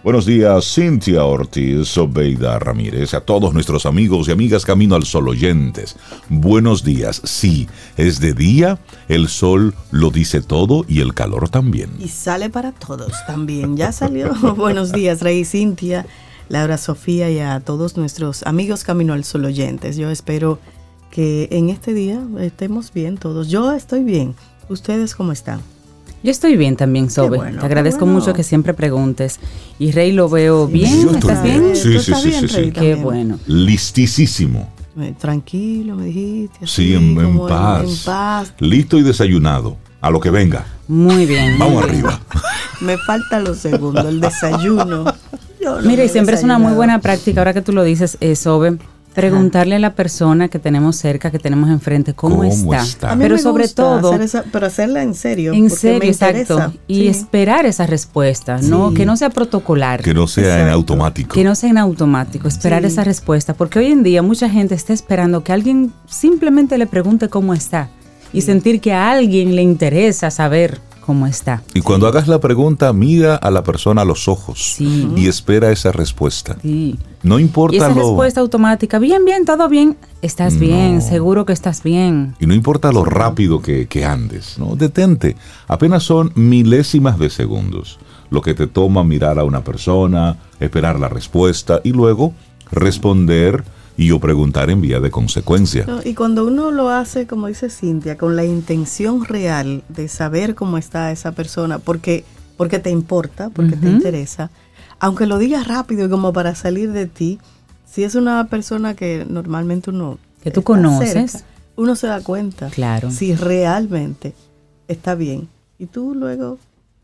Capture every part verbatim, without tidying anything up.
Buenos días, Cintia Ortiz, Sobeida Ramírez, a todos nuestros amigos y amigas Camino al Sol oyentes. Buenos días. Sí, es de día, el sol lo dice todo y el calor también. Y sale para todos también. Ya salió. Buenos días, Rey, Cintia, Laura, Sofía y a todos nuestros amigos Camino al Sol oyentes. Yo espero que en este día estemos bien todos. Yo estoy bien. ¿Ustedes cómo están? Yo estoy bien también, Sobe. Bueno, te agradezco bueno. mucho que siempre preguntes. Y Rey, lo veo bien. Yo ¿Estás bien? bien? Sí, sí, sí, sí, sí, sí. Qué bueno. Listísimo. Tranquilo, me dijiste. Así, sí, en, en, paz. En, en paz. Listo y desayunado. A lo que venga. Muy bien. Vamos muy arriba. Bien. Me falta lo segundo, el desayuno. No Mira, y siempre es una muy buena práctica, ahora que tú lo dices, eh, Sobe, preguntarle a la persona que tenemos cerca, que tenemos enfrente, cómo, ¿Cómo está. está? Pero sobre todo, hacer esa, pero hacerla en serio. En serio, exacto. Y sí. esperar esa respuesta, no sí. que no sea protocolar. Que no sea exacto. en automático. Que no sea en automático, esperar sí. esa respuesta. Porque hoy en día mucha gente está esperando que alguien simplemente le pregunte cómo está. Y sí. sentir que a alguien le interesa saber cómo está. Y cuando hagas la pregunta, mira a la persona a los ojos sí. y espera esa respuesta. Sí. No importa y esa lo... respuesta automática, bien, bien, todo bien, estás no. bien, seguro que estás bien. Y no importa lo rápido que, que andes, ¿no? Detente. Apenas son milésimas de segundos lo que te toma mirar a una persona, esperar la respuesta y luego responder y o preguntar en vía de consecuencia. No, y cuando uno lo hace, como dice Cintia, con la intención real de saber cómo está esa persona, porque, porque te importa, porque uh-huh. te interesa, aunque lo digas rápido y como para salir de ti, si es una persona que normalmente uno que tú conoces, cerca, uno se da cuenta claro. si realmente está bien. Y tú luego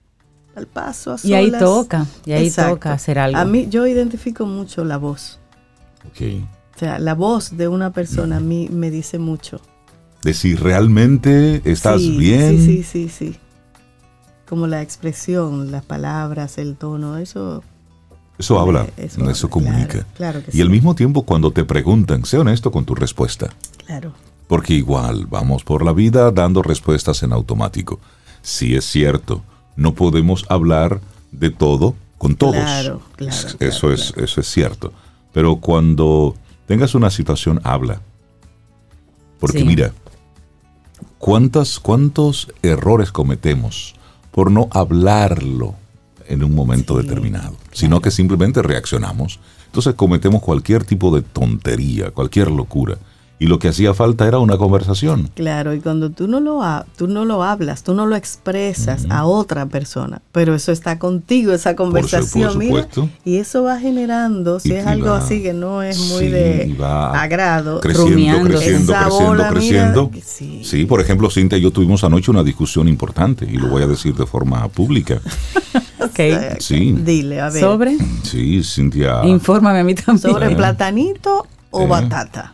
al paso, a solas. Y ahí toca, y ahí Exacto. toca hacer algo. A mí, yo identifico mucho la voz. Ok. O sea, la voz de una persona a mí me dice mucho. De si realmente estás sí, bien. Sí, sí, sí, sí. Como la expresión, las palabras, el tono, eso... Eso habla, eso, eso, eso comunica. Claro, claro que y sí. al mismo tiempo cuando te preguntan, sé honesto con tu respuesta. Claro. Porque igual vamos por la vida dando respuestas en automático. Sí es cierto, no podemos hablar de todo con todos. Claro, claro. Eso, claro, es, claro. eso es cierto. Pero cuando tengas una situación, habla. Porque sí. mira, ¿cuántas, ¿cuántos errores cometemos por no hablarlo en un momento sí, determinado? Claro. Sino que simplemente reaccionamos. Entonces cometemos cualquier tipo de tontería, cualquier locura. Y lo que hacía falta era una conversación. Claro, y cuando tú no lo, ha, tú no lo hablas, tú no lo expresas uh-huh. a otra persona, pero eso está contigo, esa conversación, por, por mira, y eso va generando, si y es algo va, así que no es muy sí, de agrado, creciendo, rumiando, creciendo, esa creciendo, bola, creciendo. Mira, sí. sí, por ejemplo, Cintia y yo tuvimos anoche una discusión importante, y lo voy a decir de forma pública. Okay. Sí. Dile, a ver. ¿Sobre? Sí, Cintia. Infórmame a mí también. ¿Sobre platanito o eh. batata?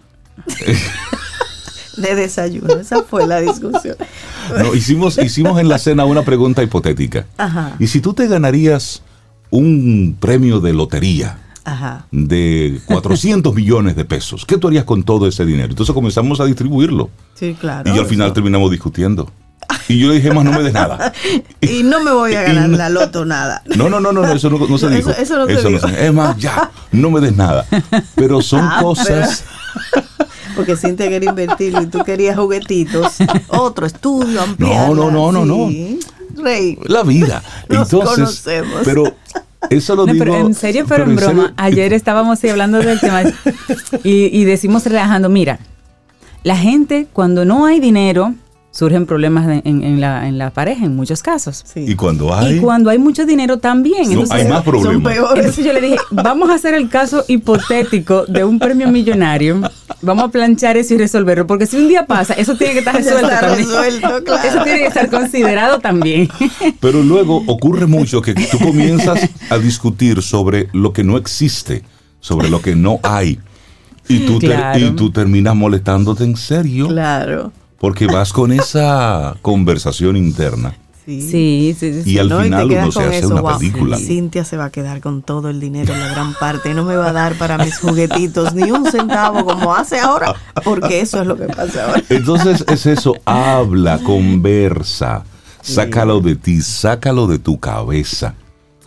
De desayuno, esa fue la discusión. No, hicimos, hicimos en la cena una pregunta hipotética. Ajá. ¿Y si tú te ganarías un premio de lotería Ajá. de cuatrocientos millones de pesos? ¿Qué tú harías con todo ese dinero? Entonces comenzamos a distribuirlo. Sí, claro. Y al final eso. terminamos discutiendo. Y yo le dije, más no me des nada. Y no me voy a ganar no, la loto nada. No, no, no, no, no eso no, no se dijo. Eso, eso no se eso dijo. No se, es más, ya, no me des nada. Pero son ah, cosas... Pero... Porque Cintia quería invertirlo y tú querías juguetitos, otro estudio, ampliar. No, no, no, no, no. Sí. Rey. La vida. Nos Entonces, conocemos. Pero eso lo no, digo. Pero en serio, pero, pero en broma. Serio. Ayer estábamos así hablando del tema y, y decimos relajando, mira, la gente cuando no hay dinero, surgen problemas de, en, en, la, en la pareja en muchos casos. Sí. Y cuando hay... Y cuando hay mucho dinero también. No, entonces, hay más problemas. Son peores. Entonces yo le dije, vamos a hacer el caso hipotético de un premio millonario. Vamos a planchar eso y resolverlo. Porque si un día pasa, eso tiene que estar resuelto está también. Resuelto, claro. Eso tiene que estar considerado también. Pero luego ocurre mucho que tú comienzas a discutir sobre lo que no existe, sobre lo que no hay. Y tú, claro. ter, y tú terminas molestándote en serio. Claro. Porque vas con esa conversación interna. Sí, sí, sí, sí. Y al no, final y uno se hace eso, una wow. película. Cintia se va a quedar con todo el dinero, la gran parte. No me va a dar para mis juguetitos ni un centavo como hace ahora, porque eso es lo que pasa ahora. Entonces es eso, habla, conversa, sácalo de ti, sácalo de tu cabeza.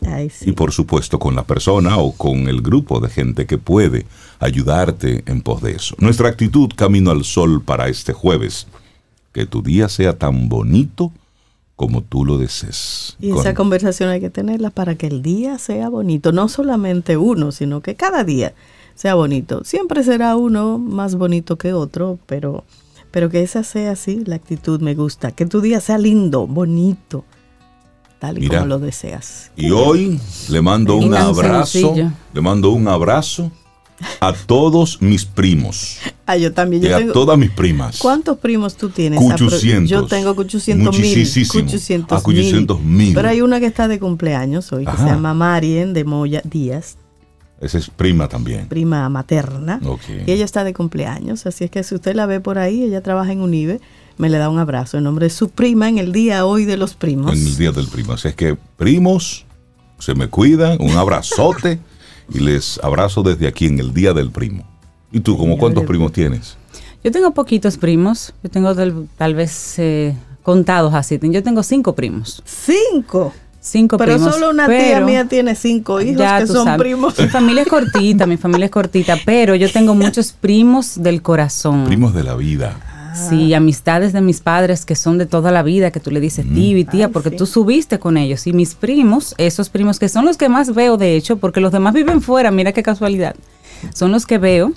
Ay, sí. Y por supuesto con la persona o con el grupo de gente que puede ayudarte en pos de eso. Nuestra actitud Camino al Sol para este jueves. Que tu día sea tan bonito como tú lo desees. Y con... esa conversación hay que tenerla para que el día sea bonito. No solamente uno, sino que cada día sea bonito. Siempre será uno más bonito que otro, pero, pero que esa sea así, la actitud me gusta. Que tu día sea lindo, bonito, tal y Mira, como lo deseas. Y hoy le mando un abrazo, le mando un abrazo a todos mis primos. Ah, yo también. Yo yo y tengo, a todas mis primas. ¿Cuántos primos tú tienes? Cuchucientos. Yo tengo cuchucientos mil. Cuchucientos mil. mil. Pero hay una que está de cumpleaños hoy, que Ajá. se llama Marien de Moya Díaz. Esa es prima también. Prima materna. Okay. Y ella está de cumpleaños. Así es que si usted la ve por ahí, ella trabaja en UNIBE, me le da un abrazo en nombre de su prima en el día hoy de los primos. En el día del primo. Así es que, primos, se me cuidan. Un abrazote. Y les abrazo desde aquí en el Día del Primo. ¿Y tú, como cuántos primos tienes? Yo tengo poquitos primos. Yo tengo del, tal vez eh, contados así. Yo tengo cinco primos. ¿Cinco? Cinco pero primos. Solo una tía mía tiene cinco hijos que son sabes. primos. Mi familia es cortita, mi familia es cortita, pero yo tengo muchos primos del corazón. Primos de la vida. Sí, amistades de mis padres que son de toda la vida, que tú le dices tío y tía, Ay, porque sí. tú subiste con ellos. Y mis primos, esos primos que son los que más veo, de hecho, porque los demás viven fuera, mira qué casualidad. Son los que veo,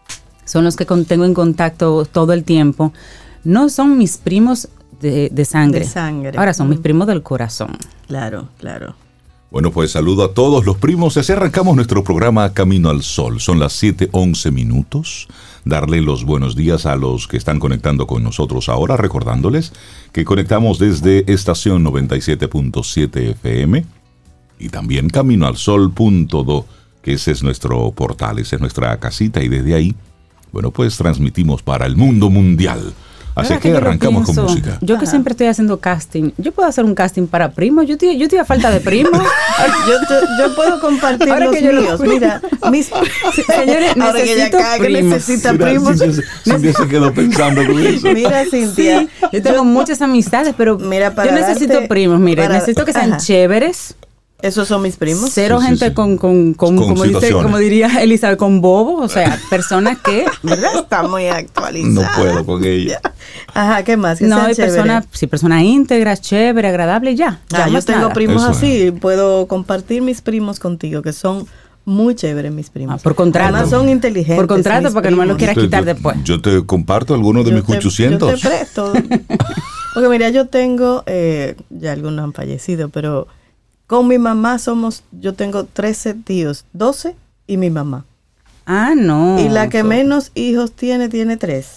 son los que con, tengo en contacto todo el tiempo. No son mis primos de, de sangre. De sangre. Ahora son mm. mis primos del corazón. Claro, claro. Bueno, pues saludo a todos los primos. Así arrancamos nuestro programa Camino al Sol. Son las siete once minutos. Darle los buenos días a los que están conectando con nosotros ahora, recordándoles que conectamos desde estación noventa y siete punto siete F M y también camino al sol punto do, que ese es nuestro portal, esa es nuestra casita y desde ahí, bueno, pues transmitimos para el mundo mundial. Así que, que arrancamos pienso, con música. Yo que Ajá. siempre estoy haciendo casting, yo puedo hacer un casting para primos. Yo estoy, yo estoy a falta de primos. yo, yo, yo puedo compartir ahora los que yo míos. Lo... Mira, mis señores, ahora necesito que, que necesita Mira, primos. Cintia, Cintia se quedó pensando con eso. Mira, Cintia, sí, yo tengo yo, muchas amistades, pero mira, para yo necesito darte, primos. Mire, para, necesito que sean Ajá. chéveres. ¿Esos son mis primos? Cero sí, gente sí, sí. con, con, con, con como, dice, como diría Elizabeth, con bobos, o sea, personas que, ¿verdad? Está muy actualizada. No puedo con ella. Ajá, ¿qué más? Que no, hay personas, sí, personas íntegras, chévere, agradable, ya. ya ah, yo tengo nada. primos Eso así, es. puedo compartir mis primos contigo, que son muy chéveres mis primos. Ah, por contrato. Además son inteligentes. Por contrato, para que no me lo quieras quitar yo, después. Yo te comparto algunos de yo mis te, cuchucientos. Yo te presto. Porque mira, yo tengo, eh, ya algunos han fallecido, pero con mi mamá somos, yo tengo trece tíos, doce y mi mamá. Ah, no. Y la que so. menos hijos tiene, tiene tres.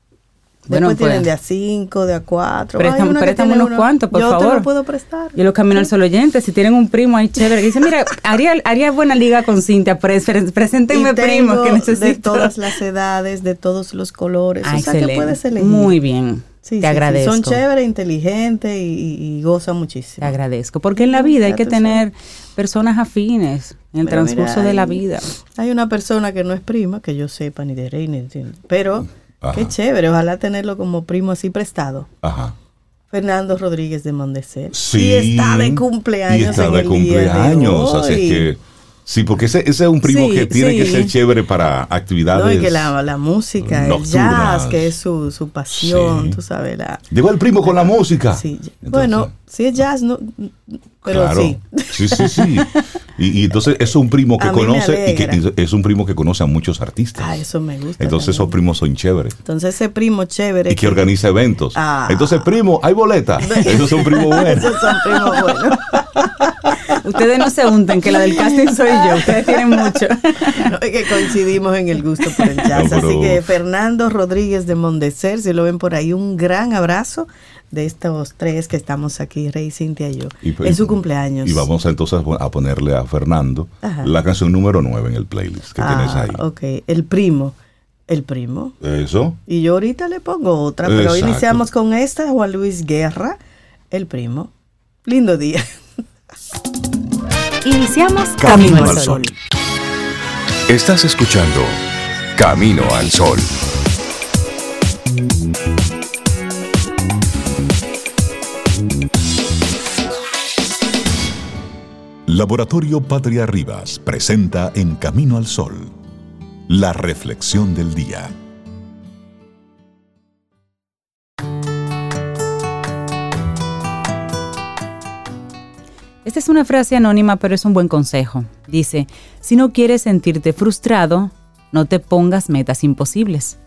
Bueno, Después pues, tienen de a cinco, de a cuatro. Préstame, préstame unos uno, cuantos, por yo favor. Yo te lo puedo prestar. Yo los camino al sol oyente. Si tienen un primo ahí chévere que dice, mira, haría, haría buena liga con Cintia, pre, pre, preséntenme primos que necesito. De todas las edades, de todos los colores. Ah, o sea, excelente. que puedes elegir. Muy bien. Sí, te sí, agradezco. Sí. Son chéveres, inteligentes y, y gozan muchísimo. Te agradezco. Porque en la vida hay que tener personas afines en el pero transcurso mira, de la hay, vida. Hay una persona que no es prima, que yo sepa, ni de rey, ni de... Pero... Ajá. Qué chévere, ojalá tenerlo como primo así prestado. Ajá. Fernando Rodríguez de Mondecer. Sí. Y está de cumpleaños. Y está en de el cumpleaños. Día de así es que. Sí, porque ese, ese es un primo sí, que tiene sí. que ser chévere para actividades. No, y que la, la música, nocturnas. El jazz, que es su, su pasión, sí. tú sabes. La, Llegó el primo con la música. Sí. Entonces, bueno, sí es jazz, no, pero claro. sí. Sí, sí, sí. Y, y entonces es un primo que conoce y que es un primo que conoce a muchos artistas. Ah, eso me gusta. Entonces también. Esos primos son chéveres. Entonces ese primo chévere. Y que, que organiza eventos. Ah. Entonces, primo, hay boleta. Esos son primos buenos. Esos son primos buenos. Ustedes no se unten, que la del casting soy yo. Ustedes tienen mucho. No, es que coincidimos en el gusto por el jazz. No, pero... Así que Fernando Rodríguez de Mondecer, si lo ven por ahí, un gran abrazo de estos tres que estamos aquí, Rey, Cintia y yo, y, en su cumpleaños. Y vamos entonces a ponerle a Fernando Ajá. la canción número nueve en el playlist que ah, tienes ahí. Ok, El Primo. El Primo. Eso. Y yo ahorita le pongo otra, pero Exacto. iniciamos con esta, Juan Luis Guerra, El Primo. Lindo día. Iniciamos Camino, Camino al Sol. Sol. Estás escuchando Camino al Sol. Laboratorio Patria Rivas presenta En Camino al Sol, la reflexión del día. Esta es una frase anónima, pero es un buen consejo. Dice, si no quieres sentirte frustrado, no te pongas metas imposibles.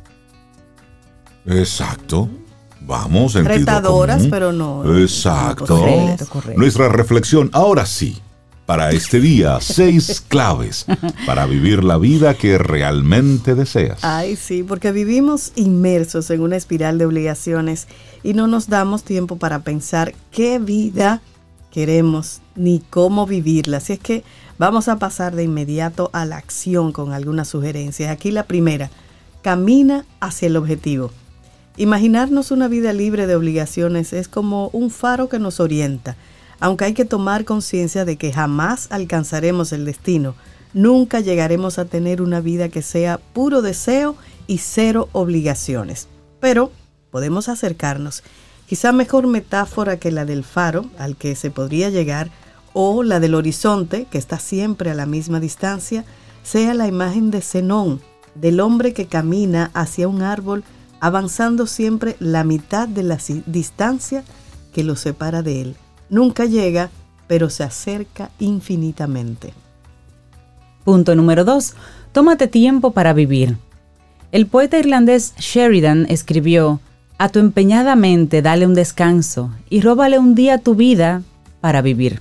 Exacto. Vamos, sentido Retadoras, común. pero no. Exacto. Correcto, correcto. Nuestra reflexión, ahora sí, para este día, seis claves para vivir la vida que realmente deseas. Ay, sí, porque vivimos inmersos en una espiral de obligaciones y no nos damos tiempo para pensar qué vida queremos ni cómo vivirla. Así es que vamos a pasar de inmediato a la acción con algunas sugerencias. Aquí la primera, camina hacia el objetivo. Imaginarnos una vida libre de obligaciones es como un faro que nos orienta, aunque hay que tomar conciencia de que jamás alcanzaremos el destino. Nunca llegaremos a tener una vida que sea puro deseo y cero obligaciones. Pero podemos acercarnos. Quizá mejor metáfora que la del faro al que se podría llegar o la del horizonte que está siempre a la misma distancia sea la imagen de Zenón, del hombre que camina hacia un árbol avanzando siempre la mitad de la distancia que lo separa de él. Nunca llega, pero se acerca infinitamente. Punto número dos. Tómate tiempo para vivir. El poeta irlandés Sheridan escribió, a tu empeñada mente dale un descanso y róbale un día a tu vida para vivir.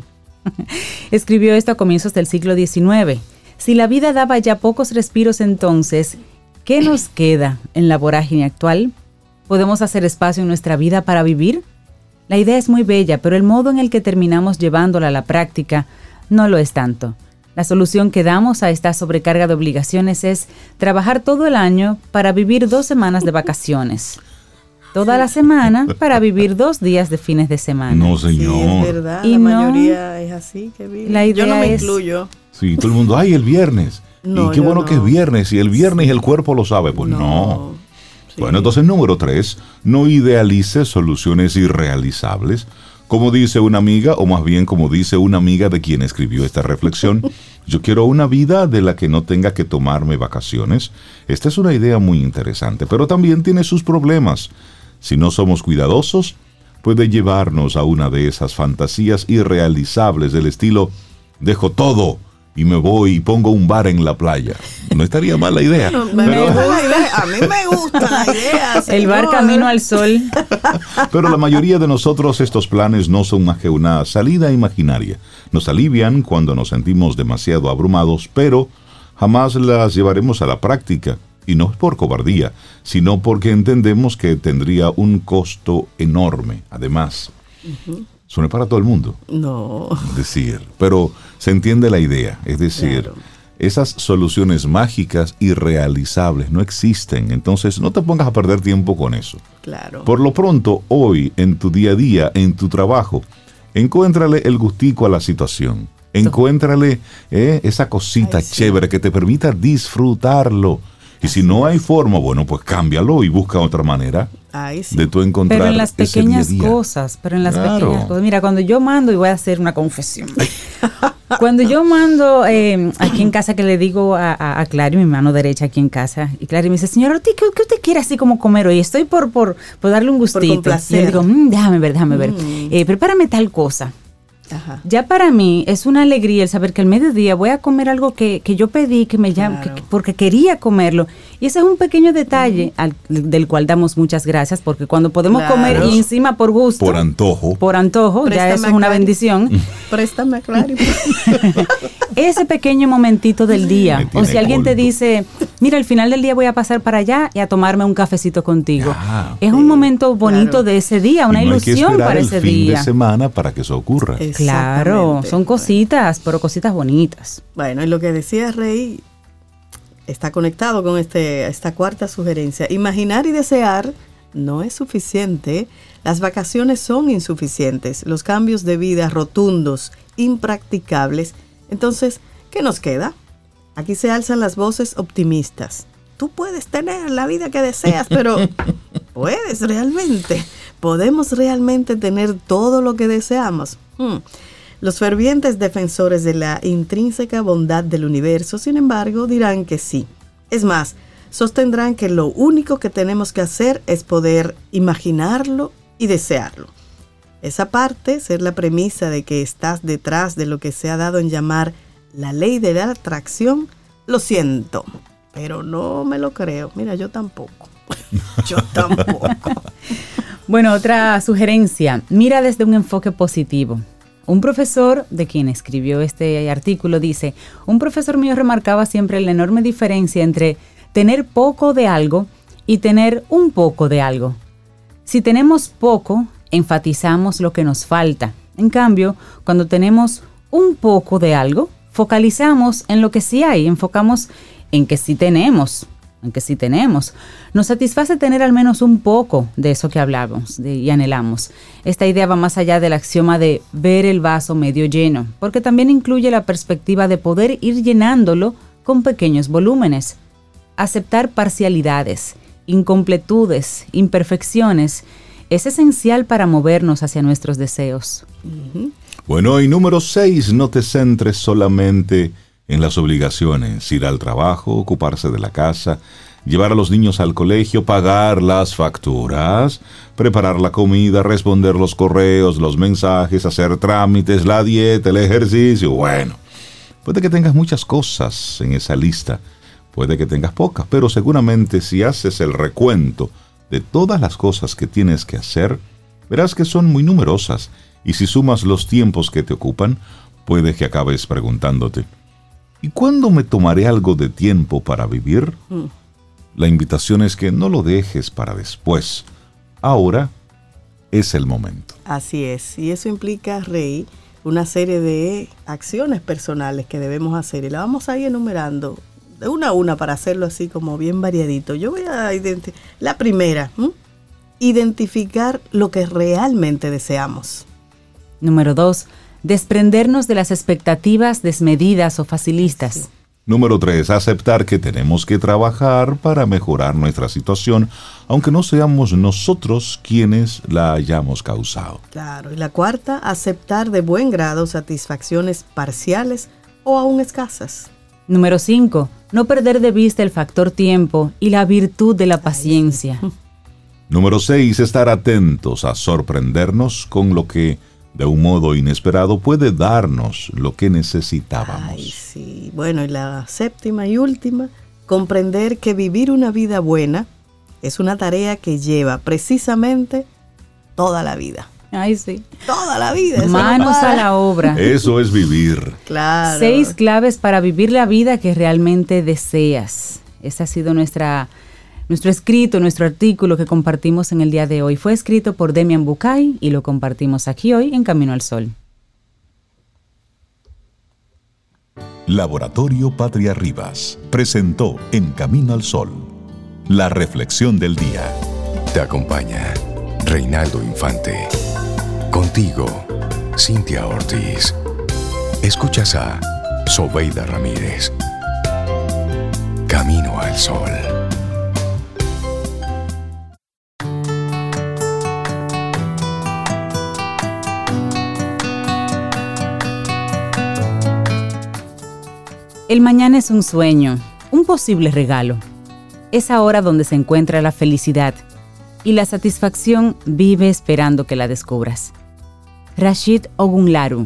Escribió esto a comienzos del siglo diecinueve. Si la vida daba ya pocos respiros entonces, ¿qué nos queda en la vorágine actual? ¿Podemos hacer espacio en nuestra vida para vivir? La idea es muy bella, pero el modo en el que terminamos llevándola a la práctica no lo es tanto. La solución que damos a esta sobrecarga de obligaciones es trabajar todo el año para vivir dos semanas de vacaciones. Toda la semana para vivir dos días de fines de semana. No, señor. Sí, es verdad, Y la no, mayoría es así que vive. la idea Yo no me es- incluyo. Sí, todo el mundo, ay, el viernes. No, y qué yo bueno no. que es viernes, y el viernes el cuerpo lo sabe. Pues no. Sí. Bueno, entonces número tres, no idealices soluciones irrealizables. Como dice una amiga, o más bien como dice una amiga de quien escribió esta reflexión, yo quiero una vida de la que no tenga que tomarme vacaciones. Esta es una idea muy interesante, pero también tiene sus problemas. Si no somos cuidadosos, puede llevarnos a una de esas fantasías irrealizables del estilo, dejo todo y me voy y pongo un bar en la playa. No estaría mal la idea. No, me pero, gusta la idea. A mí me gusta la idea. El bar señor. camino al sol. pero la mayoría de nosotros estos planes no son más que una salida imaginaria. Nos alivian cuando nos sentimos demasiado abrumados, pero jamás las llevaremos a la práctica. Y no es por cobardía, sino porque entendemos que tendría un costo enorme. Además, uh-huh. Eso no es para todo el mundo. No. Decir, pero se entiende la idea. Es decir, claro. Esas soluciones mágicas irrealizables no existen. Entonces, no te pongas a perder tiempo con eso. Claro. Por lo pronto, hoy, en tu día a día, en tu trabajo, encuéntrale el gustico a la situación. Encuéntrale eh, esa cosita Ay, chévere sí. que te permita disfrutarlo. Y si no hay forma, bueno, pues cámbialo y busca otra manera Ay, sí. de tú encontrar Pero en las pequeñas ese día a día. cosas, pero en las Claro. pequeñas cosas. Mira, cuando yo mando, y voy a hacer una confesión. Cuando yo mando eh, aquí en casa, que le digo a, a, a Clary, mi mano derecha aquí en casa, y Clary me dice, señora Ortiz, ¿qué, ¿qué usted quiere así como comer hoy? Estoy por, por, por darle un gustito. Y yo digo, mmm, déjame ver, déjame ver. Mm. Eh, prepárame tal cosa. Ajá. Ya para mí es una alegría el saber que al mediodía voy a comer algo que, que yo pedí, que me llama, claro. que, porque quería comerlo. Y ese es un pequeño detalle uh-huh. al, del cual damos muchas gracias, porque cuando podemos claro. comer y encima por gusto. Por antojo. Por antojo, Préstame ya eso es una bendición. Préstame a Clary. Ese pequeño momentito del día. O si alguien coldo. te dice, mira, al final del día voy a pasar para allá y a tomarme un cafecito contigo. Ya, es sí, un momento bonito claro. de ese día, una y no ilusión para ese el fin día. de semana para que eso ocurra. Claro, son cositas, pero cositas bonitas. Bueno, y lo que decía Rey está conectado con este, esta cuarta sugerencia. Imaginar y desear no es suficiente. Las vacaciones son insuficientes. Los cambios de vida rotundos, impracticables. Entonces, ¿qué nos queda? Aquí se alzan las voces optimistas. Tú puedes tener la vida que deseas, pero ¿puedes realmente? ¿Podemos realmente tener todo lo que deseamos? Hmm. Los fervientes defensores de la intrínseca bondad del universo, sin embargo, dirán que sí. Es más, sostendrán que lo único que tenemos que hacer es poder imaginarlo y desearlo. Esa parte, ser la premisa de que estás detrás de lo que se ha dado en llamar la ley de la atracción, lo siento, pero no me lo creo. Mira, yo tampoco. Yo tampoco. Bueno, otra sugerencia, mira desde un enfoque positivo. Un profesor de quien escribió este artículo dice, un profesor mío remarcaba siempre la enorme diferencia entre tener poco de algo y tener un poco de algo. Si tenemos poco, enfatizamos lo que nos falta. En cambio, cuando tenemos un poco de algo, focalizamos en lo que sí hay, enfocamos en que sí tenemos, en que sí tenemos. Nos satisface tener al menos un poco de eso que hablamos de, y anhelamos. Esta idea va más allá del axioma de ver el vaso medio lleno, porque también incluye la perspectiva de poder ir llenándolo con pequeños volúmenes. Aceptar parcialidades, incompletudes, imperfecciones, es esencial para movernos hacia nuestros deseos. Uh-huh. Bueno, y número seis, no te centres solamente en las obligaciones, ir al trabajo, ocuparse de la casa, llevar a los niños al colegio, pagar las facturas, preparar la comida, responder los correos, los mensajes, hacer trámites, la dieta, el ejercicio. Bueno, puede que tengas muchas cosas en esa lista, puede que tengas pocas, pero seguramente si haces el recuento de todas las cosas que tienes que hacer, verás que son muy numerosas, y si sumas los tiempos que te ocupan, puede que acabes preguntándote, ¿y cuándo me tomaré algo de tiempo para vivir? Mm. La invitación es que no lo dejes para después. Ahora es el momento. Así es, y eso implica, Rey, una serie de acciones personales que debemos hacer, y la vamos a ir enumerando de una a una para hacerlo así como bien variadito. Yo voy a identificar la primera, ¿m? Identificar lo que realmente deseamos. Número dos, desprendernos de las expectativas desmedidas o facilistas. Sí. Número tres, aceptar que tenemos que trabajar para mejorar nuestra situación, aunque no seamos nosotros quienes la hayamos causado. Claro, y la cuarta, aceptar de buen grado satisfacciones parciales o aún escasas. Número cinco, no perder de vista el factor tiempo y la virtud de la paciencia. Ay, sí. Número seis, estar atentos a sorprendernos con lo que de un modo inesperado puede darnos lo que necesitábamos. Ay, sí. Bueno, y la séptima y última, comprender que vivir una vida buena es una tarea que lleva precisamente toda la vida. Ay, sí. Toda la vida. Manos a la obra. Eso es vivir. Claro. Seis claves para vivir la vida que realmente deseas. Esa ha sido nuestra... Nuestro escrito, nuestro artículo que compartimos en el día de hoy fue escrito por Demian Bucay y lo compartimos aquí hoy en Camino al Sol. Laboratorio Patria Rivas presentó En Camino al Sol la reflexión del día. Te acompaña Reinaldo Infante. Contigo, Cintia Ortiz. Escuchas a Sobeida Ramírez. Camino al Sol. El mañana es un sueño, un posible regalo. Es ahora donde se encuentra la felicidad y la satisfacción vive esperando que la descubras. Rashid Ogunlaru.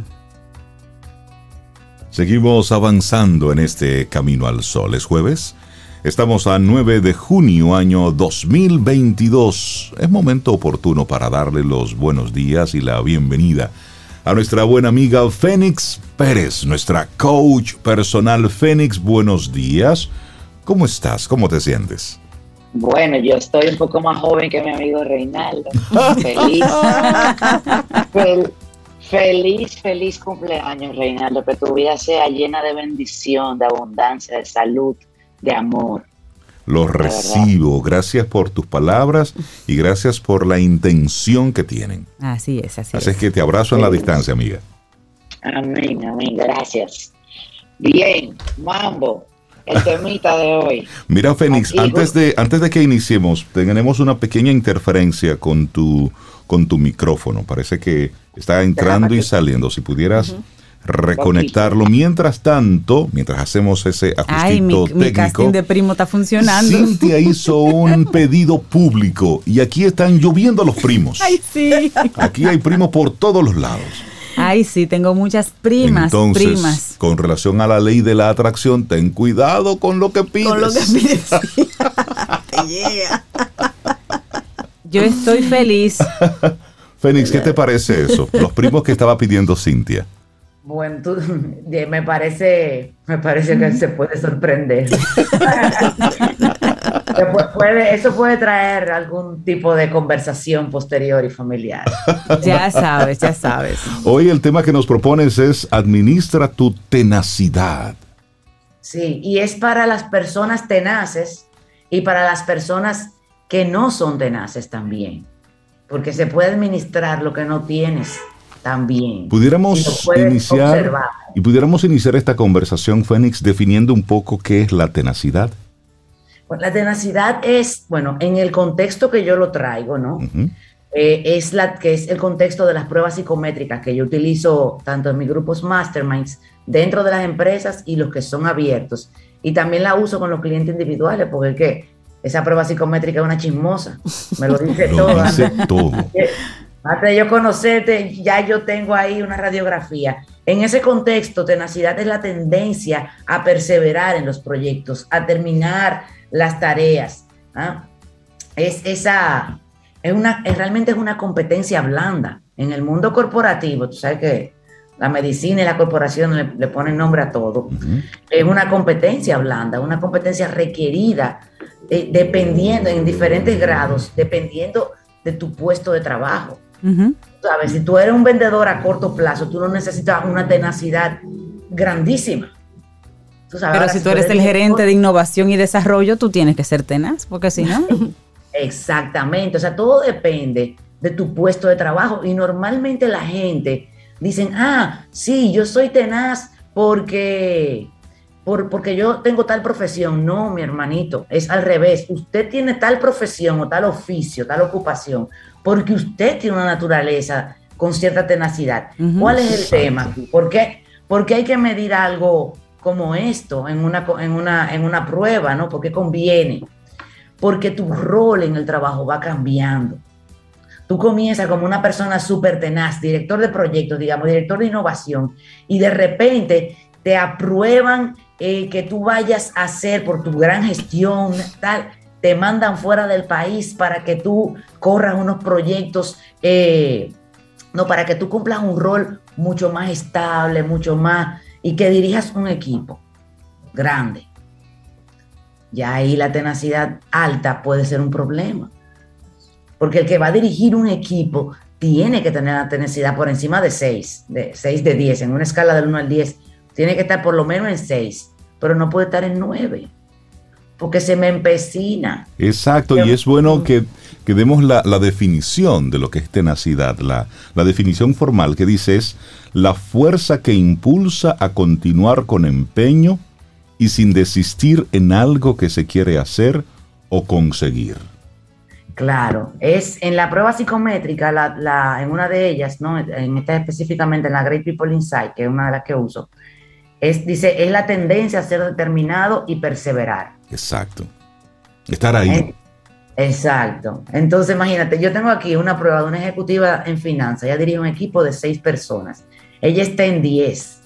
Seguimos avanzando en este Camino al Sol. Es jueves. Estamos a nueve de junio, año dos mil veintidós. Es momento oportuno para darle los buenos días y la bienvenida a nuestra buena amiga Fénix Pérez, nuestra coach personal. Fénix, buenos días. ¿Cómo estás? ¿Cómo te sientes? Bueno, yo estoy un poco más joven que mi amigo Reinaldo. Feliz. Fel, feliz, feliz cumpleaños, Reinaldo. Que tu vida sea llena de bendición, de abundancia, de salud, de amor. Lo recibo. Gracias por tus palabras y gracias por la intención que tienen. Así es, así, así es. es que te abrazo en la distancia, amiga. Amén, amén. Gracias. Bien, mambo. el temita de hoy. Mira, Fénix, Aquí, antes de antes de que iniciemos, tenemos una pequeña interferencia con tu con tu micrófono. Parece que está entrando y saliendo. Si pudieras uh-huh. reconectarlo. Mientras tanto, mientras hacemos ese ajustito Ay, mi, técnico. Mi casting de primo está funcionando. Cintia hizo un pedido público y aquí están lloviendo los primos. Ay, sí. Aquí hay primos por todos los lados. Ay, sí, tengo muchas primas, Entonces, primas. Con relación a la ley de la atracción, ten cuidado con lo que pides. Con lo que pides. Te llega. Yo estoy feliz. Fénix, ¿qué te parece eso? Los primos que estaba pidiendo Cintia. Bueno, tú, me parece, me parece que se puede sorprender. puede, eso puede traer algún tipo de conversación posterior y familiar. Ya sabes, ya sabes. Hoy el tema que nos propones es administra tu tenacidad. Sí, y es para las personas tenaces y para las personas que no son tenaces también, porque se puede administrar lo que no tienes. También. Pudiéramos iniciar observar. y pudiéramos iniciar esta conversación, Fénix, definiendo un poco qué es la tenacidad. Pues la tenacidad es, bueno, en el contexto que yo lo traigo, ¿no? Uh-huh. Eh, es la que es el contexto de las pruebas psicométricas que yo utilizo tanto en mis grupos masterminds dentro de las empresas y los que son abiertos, y también la uso con los clientes individuales, porque es que esa prueba psicométrica es una chismosa, me lo dice lo todo. Dice todo. Antes de yo conocerte, ya yo tengo ahí una radiografía. En ese contexto, tenacidad es la tendencia a perseverar en los proyectos, a terminar las tareas. ¿Ah? Es esa, es una, es, realmente es una competencia blanda. En el mundo corporativo, tú sabes que la medicina y la corporación le, le ponen nombre a todo. Uh-huh. Es una competencia blanda, una competencia requerida, eh, dependiendo en diferentes grados, dependiendo de tu puesto de trabajo. Uh-huh. ¿Sabes? Si tú eres un vendedor a corto plazo, tú no necesitas una tenacidad grandísima. ¿Tú sabes? Pero Ahora, si si tú eres el gerente de innovación y desarrollo, tú tienes que ser tenaz, porque si no... Exactamente, o sea, todo depende de tu puesto de trabajo, y normalmente la gente dicen, ah, sí, yo soy tenaz porque... Por, porque yo tengo tal profesión. No, mi hermanito, es al revés. Usted tiene tal profesión o tal oficio, tal ocupación, porque usted tiene una naturaleza con cierta tenacidad. Uh-huh. ¿Cuál es el Exacto. tema? ¿Por qué? Porque hay que medir algo como esto en una, en una, en una prueba, ¿no? Porque conviene. Porque tu rol en el trabajo va cambiando. Tú comienzas como una persona súper tenaz, director de proyectos, digamos, director de innovación, y de repente te aprueban eh, que tú vayas a hacer por tu gran gestión, tal, te mandan fuera del país para que tú corras unos proyectos, eh, no, para que tú cumplas un rol mucho más estable, mucho más, y que dirijas un equipo grande. Ya ahí la tenacidad alta puede ser un problema, porque el que va a dirigir un equipo tiene que tener la tenacidad por encima de seis, de seis de diez, en una escala del uno al diez, tiene que estar por lo menos en seis, pero no puede estar en nueve, porque se me empecina. Exacto, pero, y es bueno que, que demos la, la definición de lo que es tenacidad. La, la definición formal que dice es la fuerza que impulsa a continuar con empeño y sin desistir en algo que se quiere hacer o conseguir. Claro, es en la prueba psicométrica, la, la, en una de ellas, ¿no? En esta específicamente en la Great People Insight, que es una de las que uso, es, dice, es la tendencia a ser determinado y perseverar. Exacto. Estar ahí. Eh, exacto. Entonces, imagínate, yo tengo aquí una prueba de una ejecutiva en finanzas, ella dirige un equipo de seis personas, ella está en diez.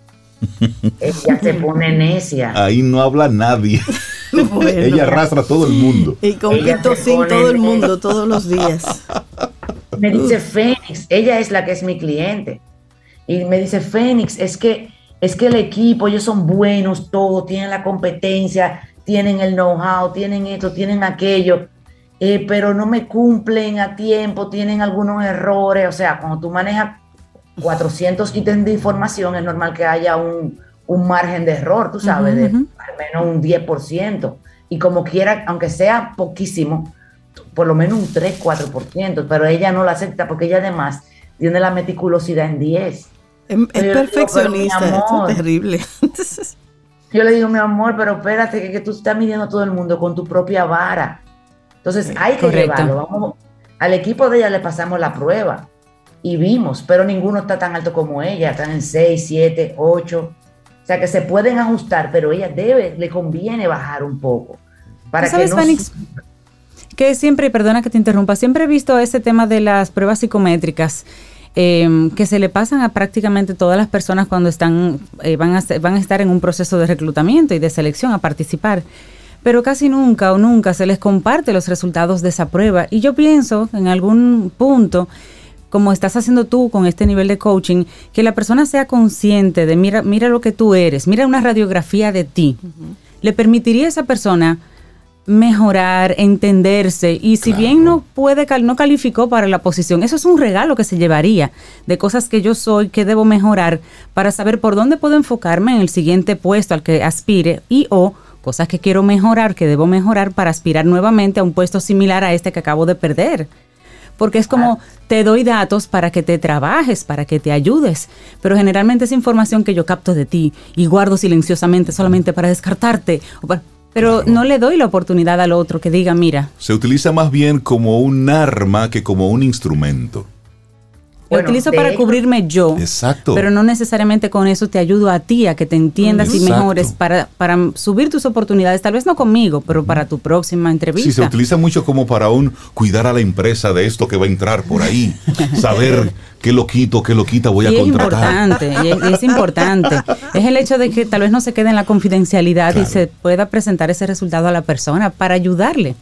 Ella se pone necia. Ahí no habla nadie. Bueno, ella arrastra a todo el mundo. Y compito sin todo el mundo todos los días. Me dice Fénix, ella es la que es mi cliente. Y me dice Fénix, es que, es que el equipo, ellos son buenos, todos, tienen la competencia, tienen el know-how, tienen esto, tienen aquello, eh, pero no me cumplen a tiempo, tienen algunos errores. O sea, cuando tú manejas cuatrocientos ítems de información, es normal que haya un, un margen de error, tú sabes, uh-huh, de uh-huh. al menos un diez por ciento. Y como quiera, aunque sea poquísimo, por lo menos un tres, cuatro por ciento, pero ella no lo acepta porque ella además tiene la meticulosidad en diez. Es, es perfeccionista, digo, amor, esto es terrible. Yo le digo, mi amor, pero espérate, que, que tú estás midiendo a todo el mundo con tu propia vara. Entonces hay que Correcto. llevarlo. Vamos, al equipo de ella le pasamos la prueba y vimos, pero ninguno está tan alto como ella, están en seis, siete, ocho. O sea que se pueden ajustar, pero ella debe, le conviene bajar un poco. Para ¿Sabes, que no Fanix? Que siempre, perdona que te interrumpa, siempre he visto ese tema de las pruebas psicométricas eh, que se le pasan a prácticamente todas las personas cuando están eh, van, a, van a estar en un proceso de reclutamiento y de selección a participar. Pero casi nunca o nunca se les comparte los resultados de esa prueba. Y yo pienso, en algún punto, como estás haciendo tú con este nivel de coaching, que la persona sea consciente de mira, mira lo que tú eres, mira una radiografía de ti. Uh-huh. Le permitiría a esa persona mejorar, entenderse, y si claro. bien no puede, no calificó para la posición, eso es un regalo que se llevaría de cosas que yo soy, que debo mejorar para saber por dónde puedo enfocarme en el siguiente puesto al que aspire y o cosas que quiero mejorar, que debo mejorar para aspirar nuevamente a un puesto similar a este que acabo de perder. Porque es como, te doy datos para que te trabajes, para que te ayudes, pero generalmente es información que yo capto de ti y guardo silenciosamente solamente para descartarte, o para, pero claro. no le doy la oportunidad al otro que diga, mira. Se utiliza más bien como un arma que como un instrumento. Lo bueno, utilizo para hecho, cubrirme yo. Exacto. Pero no necesariamente con eso te ayudo a ti a que te entiendas Exacto. y mejores para, para subir tus oportunidades, tal vez no conmigo, pero para tu próxima entrevista. Sí, se utiliza mucho como para un cuidar a la empresa de esto que va a entrar por ahí, saber qué lo quito, qué lo quita, voy y a contratar. Es importante, y es importante. Es el hecho de que tal vez no se quede en la confidencialidad claro. y se pueda presentar ese resultado a la persona para ayudarle.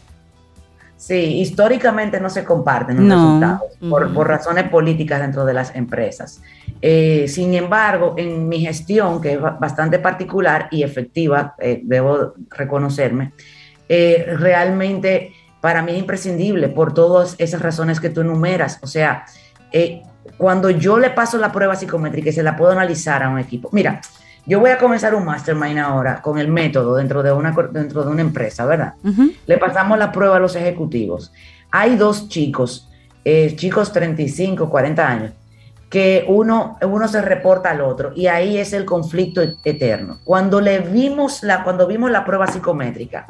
Sí, históricamente no se comparten los no. resultados por, uh-huh. por razones políticas dentro de las empresas. Eh, sin embargo, en mi gestión, que es bastante particular y efectiva, eh, debo reconocerme, eh, realmente para mí es imprescindible por todas esas razones que tú enumeras. O sea, eh, cuando yo le paso la prueba psicométrica y se la puedo analizar a un equipo, mira, yo voy a comenzar un mastermind ahora con el método dentro de una, dentro de una empresa, ¿verdad? Uh-huh. Le pasamos la prueba a los ejecutivos. Hay dos chicos, eh, chicos treinta y cinco, cuarenta años, que uno, uno se reporta al otro y ahí es el conflicto eterno. Cuando le vimos la, cuando vimos la prueba psicométrica,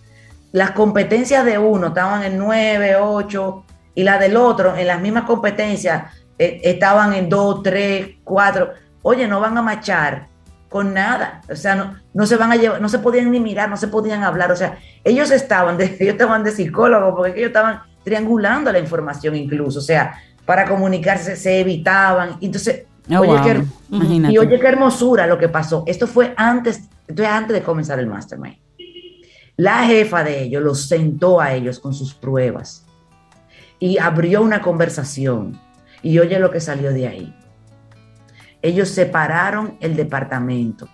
las competencias de uno estaban en nueve, ocho y la del otro en las mismas competencias eh, estaban en dos, tres, cuatro. Oye, no van a machar con nada, o sea, no, no se van a llevar, no se podían ni mirar, no se podían hablar, o sea, ellos estaban de, ellos estaban de psicólogos, porque ellos estaban triangulando la información incluso, o sea, para comunicarse se evitaban, entonces, oh, oye, wow. qué, y oye, qué hermosura lo que pasó, esto fue antes, esto es antes de comenzar el mastermind, la jefa de ellos los sentó a ellos con sus pruebas, y abrió una conversación, y oye lo que salió de ahí. Ellos separaron el departamento.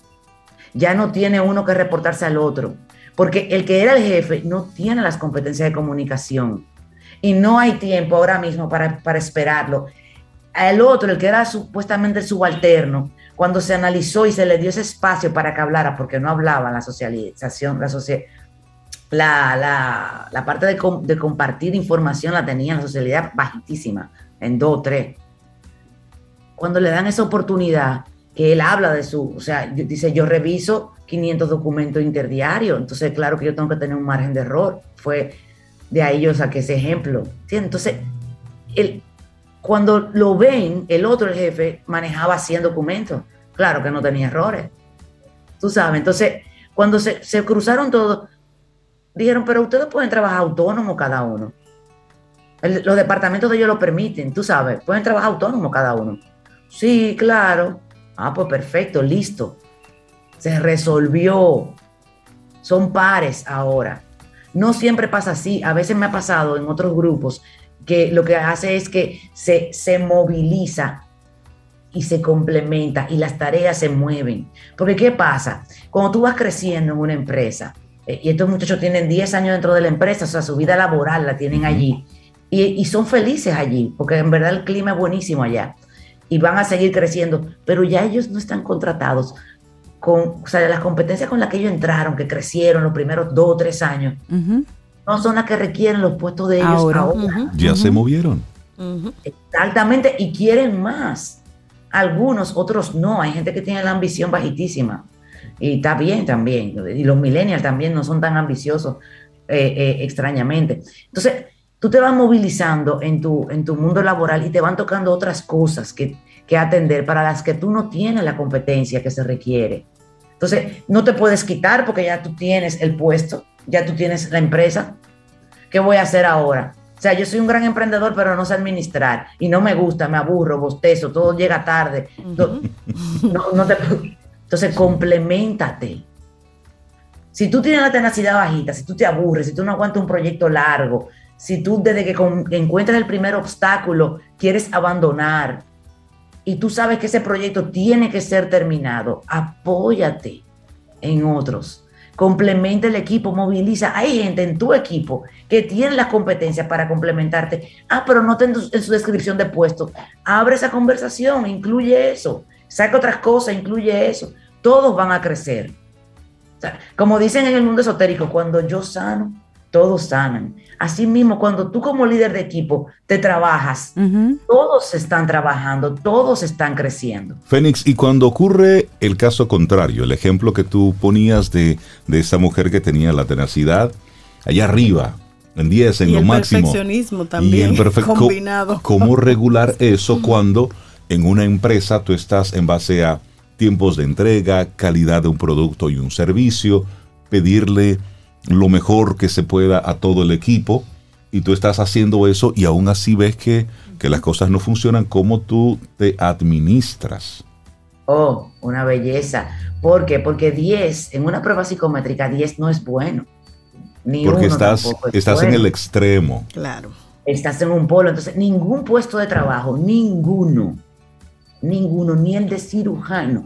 Ya no tiene uno que reportarse al otro, porque el que era el jefe no tiene las competencias de comunicación y no hay tiempo ahora mismo para, para esperarlo. Al otro, el que era supuestamente el subalterno, cuando se analizó y se le dio ese espacio para que hablara, porque no hablaba la socialización, la, socia, la, la, la parte de, com, de compartir información la tenía la socialidad bajísima, en dos o tres. Cuando le dan esa oportunidad, que él habla de su, o sea, dice, yo reviso quinientos documentos interdiarios, entonces claro que yo tengo que tener un margen de error. Fue de ahí yo saqué ese ejemplo. ¿Entiendes? Entonces, él, cuando lo ven, el otro, el jefe, manejaba cien documentos. Claro que no tenía errores. Tú sabes, entonces, cuando se, se cruzaron todos, dijeron, pero ustedes pueden trabajar autónomo cada uno. El, los departamentos de ellos lo permiten, tú sabes, pueden trabajar autónomo cada uno. Sí, claro. Ah, pues perfecto, listo. Se resolvió. Son pares ahora. No siempre pasa así. A veces me ha pasado en otros grupos que lo que hace es que se, se moviliza y se complementa y las tareas se mueven. Porque ¿qué pasa? Cuando tú vas creciendo en una empresa, eh, y estos muchachos tienen diez años dentro de la empresa, o sea, su vida laboral la tienen allí, y, y son felices allí, porque en verdad el clima es buenísimo allá. Y van a seguir creciendo, pero ya ellos no están contratados con, o sea, las competencias con las que ellos entraron, que crecieron los primeros dos o tres años, uh-huh. no son las que requieren los puestos de ellos ahora. ahora. Uh-huh. Ya uh-huh. se movieron. Uh-huh. Exactamente, y quieren más. Algunos, otros no. Hay gente que tiene la ambición bajitísima. Y está bien también. Y los millennials también no son tan ambiciosos, eh, eh, extrañamente. Entonces, tú te vas movilizando en tu, en tu mundo laboral y te van tocando otras cosas que, que atender para las que tú no tienes la competencia que se requiere. Entonces, no te puedes quitar porque ya tú tienes el puesto, ya tú tienes la empresa. ¿Qué voy a hacer ahora? O sea, yo soy un gran emprendedor, pero no sé administrar y no me gusta, me aburro, bostezo, todo llega tarde. Uh-huh. No, no te... Entonces, compleméntate. Si tú tienes la tenacidad bajita, si tú te aburres, si tú no aguantas un proyecto largo, si tú desde que con, encuentras el primer obstáculo quieres abandonar y tú sabes que ese proyecto tiene que ser terminado, apóyate en otros. Complementa el equipo, moviliza. Hay gente en tu equipo que tiene las competencias para complementarte. Ah, pero no en, en su descripción de puesto. Abre esa conversación, incluye eso. Saca otras cosas, incluye eso. Todos van a crecer. O sea, como dicen en el mundo esotérico, cuando yo sano, todos sanan. Así mismo, cuando tú como líder de equipo te trabajas, uh-huh. todos están trabajando, todos están creciendo. Fénix, y cuando ocurre el caso contrario, el ejemplo que tú ponías de, de esa mujer que tenía la tenacidad allá arriba, en diez, en y lo el máximo. Perfeccionismo también, y el perfecto combinado. ¿Cómo regular eso cuando en una empresa tú estás en base a tiempos de entrega, calidad de un producto y un servicio, pedirle lo mejor que se pueda a todo el equipo, y tú estás haciendo eso y aún así ves que, que las cosas no funcionan? ¿Cómo tú te administras? Oh, una belleza. ¿Por qué? Porque diez, en una prueba psicométrica, diez no es bueno. Ni Porque uno estás, tampoco es estás bueno. en el extremo. Claro. Estás en un polo. Entonces, ningún puesto de trabajo, ninguno, ninguno, ni el de cirujano,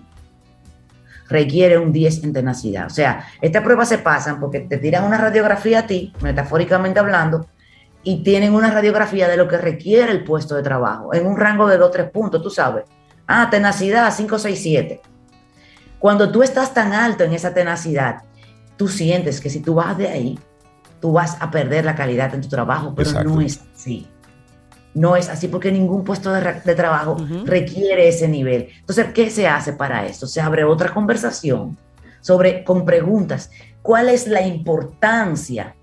requiere un diez en tenacidad. O sea, estas pruebas se pasan porque te tiran una radiografía a ti, metafóricamente hablando, y tienen una radiografía de lo que requiere el puesto de trabajo, en un rango de dos, tres puntos, tú sabes. Ah, tenacidad, cinco, seis, siete. Cuando tú estás tan alto en esa tenacidad, tú sientes que si tú vas de ahí, tú vas a perder la calidad en tu trabajo, pero Exacto. no es así. No es así porque ningún puesto de, de trabajo uh-huh. requiere ese nivel. Entonces, ¿qué se hace para esto? Se abre otra conversación sobre, con preguntas. ¿Cuál es la importancia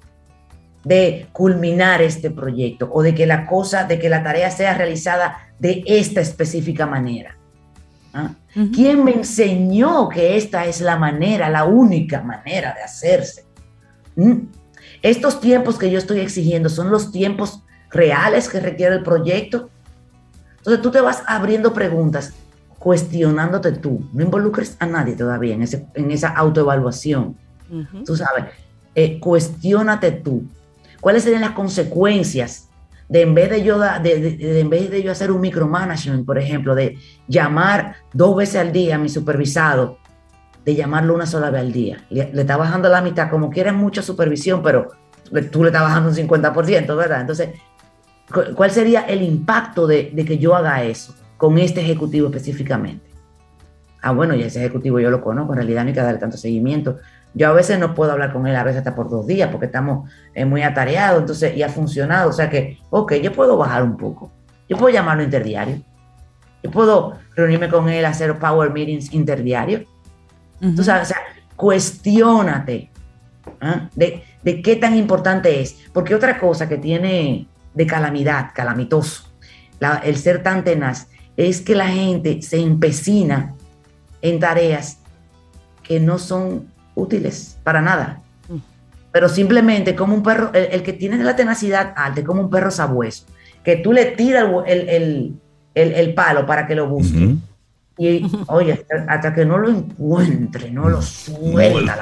de culminar este proyecto o de que la cosa, de que la tarea sea realizada de esta específica manera? ¿Ah? Uh-huh. ¿Quién me enseñó que esta es la manera, la única manera de hacerse? ¿Mm? Estos tiempos que yo estoy exigiendo son los tiempos reales que requiere el proyecto. Entonces tú te vas abriendo preguntas, cuestionándote tú. No involucres a nadie todavía en, ese, en esa autoevaluación. Uh-huh. Tú sabes, eh, cuestiónate tú. ¿Cuáles serían las consecuencias de en vez de yo de, de, de, en vez de yo hacer un micromanagement, por ejemplo, de llamar dos veces al día a mi supervisado, de llamarlo una sola vez al día? Le, le está bajando la mitad, como quieres mucha supervisión, pero tú le estás bajando un cincuenta por ciento, ¿verdad? Entonces, ¿cuál sería el impacto de, de que yo haga eso con este ejecutivo específicamente? Ah, bueno, ya ese ejecutivo yo lo conozco, en realidad no hay que darle tanto seguimiento. Yo a veces no puedo hablar con él, a veces hasta por dos días, porque estamos eh, muy atareados, entonces, y ha funcionado. O sea que, ok, yo puedo bajar un poco. Yo puedo llamarlo interdiario. Yo puedo reunirme con él, hacer power meetings interdiarios. Uh-huh. Tú sabes, o sea, cuestiónate ¿eh? de, de qué tan importante es. Porque otra cosa que tiene de calamidad, calamitoso, la, el ser tan tenaz, es que la gente se empecina en tareas que no son útiles para nada, pero simplemente como un perro, el, el que tiene la tenacidad alta es como un perro sabueso, que tú le tiras el, el, el, el palo para que lo busque, uh-huh. y oye, hasta que no lo encuentre, no lo suelta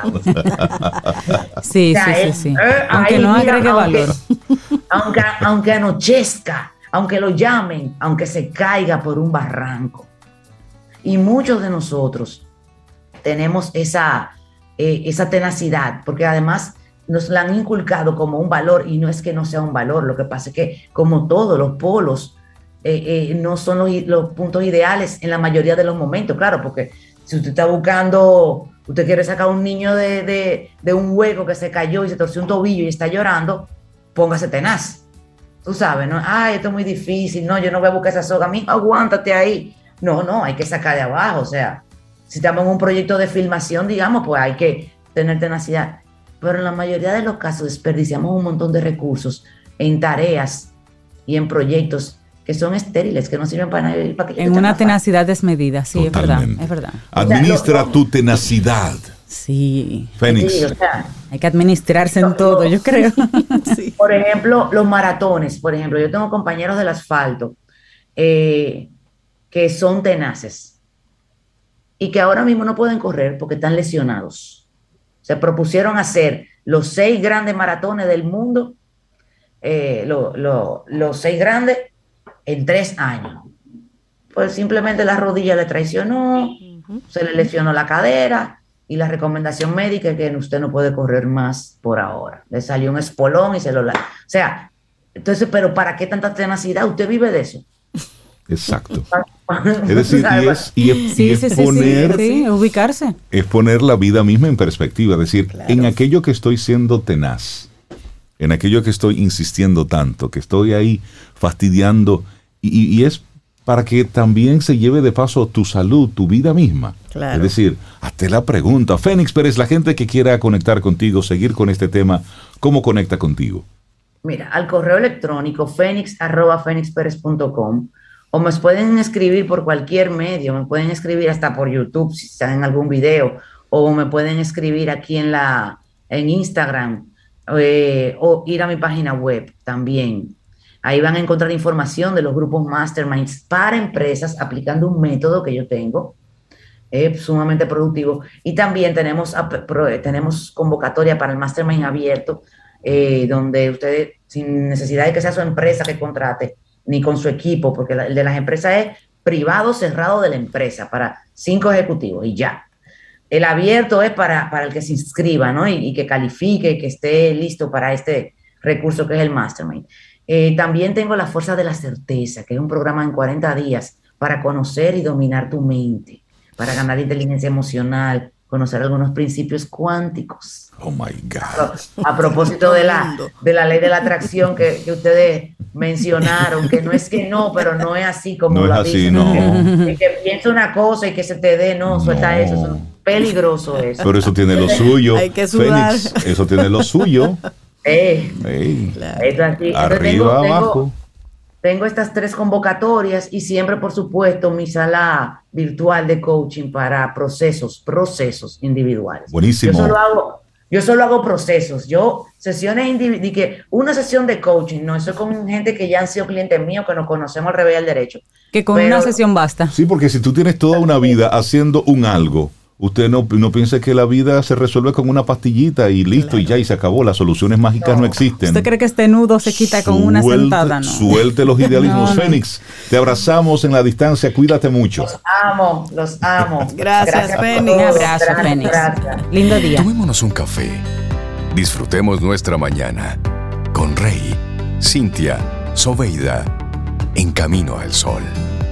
la sí, o sea, sí, él, sí, sí. Eh, aunque ahí, no mira, agregue aunque, valor aunque, aunque anochezca, aunque lo llamen, aunque se caiga por un barranco. Y muchos de nosotros tenemos esa, eh, esa tenacidad, porque además nos la han inculcado como un valor, y no es que no sea un valor, lo que pasa es que como todos los polos eh, eh, no son los, los puntos ideales en la mayoría de los momentos, claro, porque si usted está buscando, usted quiere sacar a un niño de, de, de un hueco que se cayó y se torció un tobillo y está llorando, póngase tenaz, tú sabes, ¿no? Ay, esto es muy difícil, no, yo no voy a buscar esa soga, a mí, aguántate ahí. No, no, hay que sacar de abajo, o sea, si estamos en un proyecto de filmación, digamos, pues hay que tener tenacidad. Pero en la mayoría de los casos desperdiciamos un montón de recursos en tareas y en proyectos que son estériles, que no sirven para nada. Para que en una tenacidad desmedida, sí, totalmente. Es verdad, es verdad. Administra tu tenacidad. Sí. Fénix. Sí, o sea, hay que administrarse en todo, yo creo. Sí. Por ejemplo, los maratones, por ejemplo, yo tengo compañeros del asfalto eh, que son tenaces y que ahora mismo no pueden correr porque están lesionados. Se propusieron hacer los seis grandes maratones del mundo, eh, lo, lo, los seis grandes, en tres años. Pues simplemente la rodilla le traicionó, uh-huh. se le lesionó la cadera y la recomendación médica es que usted no puede correr más por ahora. Le salió un espolón y se lo... La... O sea, entonces, pero ¿para qué tanta tenacidad? ¿Usted vive de eso? Exacto. Es decir, y es, y es, sí, y es sí, poner, sí, sí, ubicarse. Es poner la vida misma en perspectiva. Es decir, claro. en aquello que estoy siendo tenaz, en aquello que estoy insistiendo tanto, que estoy ahí fastidiando, y, y es para que también se lleve de paso tu salud, tu vida misma. Claro. Es decir, hazte la pregunta. Fénix Pérez, la gente que quiera conectar contigo, seguir con este tema, ¿cómo conecta contigo? Mira, al correo electrónico fénix arroba fénix pérez punto com, o me pueden escribir por cualquier medio, me pueden escribir hasta por YouTube si están en algún video, o me pueden escribir aquí en la en Instagram, eh, o ir a mi página web también. Ahí van a encontrar información de los grupos Masterminds para empresas aplicando un método que yo tengo, eh, sumamente productivo. Y también tenemos, tenemos convocatoria para el Mastermind abierto, eh, donde ustedes, sin necesidad de que sea su empresa que contrate, ni con su equipo, porque el de las empresas es privado cerrado de la empresa para cinco ejecutivos y ya. El abierto es para, para el que se inscriba, ¿no? Y, y que califique, que esté listo para este recurso que es el Mastermind. Eh, también tengo la Fuerza de la Certeza, que es un programa en cuarenta días para conocer y dominar tu mente, para ganar inteligencia emocional, conocer algunos principios cuánticos. Oh my God. A, a propósito de la, de la ley de la atracción que, que ustedes mencionaron, que no es que no, pero no es así como no lo es así, dicen. no. Que, que piensa una cosa y que se te dé, no, no. suelta eso, eso es peligroso eso. Pero eso tiene lo suyo. Hay que sudar. Fénix, eso tiene lo suyo. Eh, hey. claro. Eso así. Arriba, tengo, abajo. Tengo, tengo estas tres convocatorias y siempre, por supuesto, mi sala virtual de coaching para procesos, procesos individuales. Buenísimo. Yo solo hago, yo solo hago procesos. Yo, sesiones individuales, una sesión de coaching, no, eso es con gente que ya han sido clientes míos, que nos conocemos al revés y al derecho. Que con Pero, una sesión basta. Sí, porque si tú tienes toda una vida haciendo un algo, usted no, no piense que la vida se resuelve con una pastillita y listo, claro. y ya, y se acabó. Las soluciones mágicas no, no existen. ¿Usted cree que este nudo se quita con Suelte, una sentada? No. Suelte los idealismos, no, no. Fénix. Te abrazamos en la distancia. Cuídate mucho. Los amo, los amo. Gracias, gracias Fénix. Un abrazo, gracias, Fénix. Gracias. Lindo día. Tomémonos un café. Disfrutemos nuestra mañana con Rey, Cintia, Soveida, en Camino al Sol.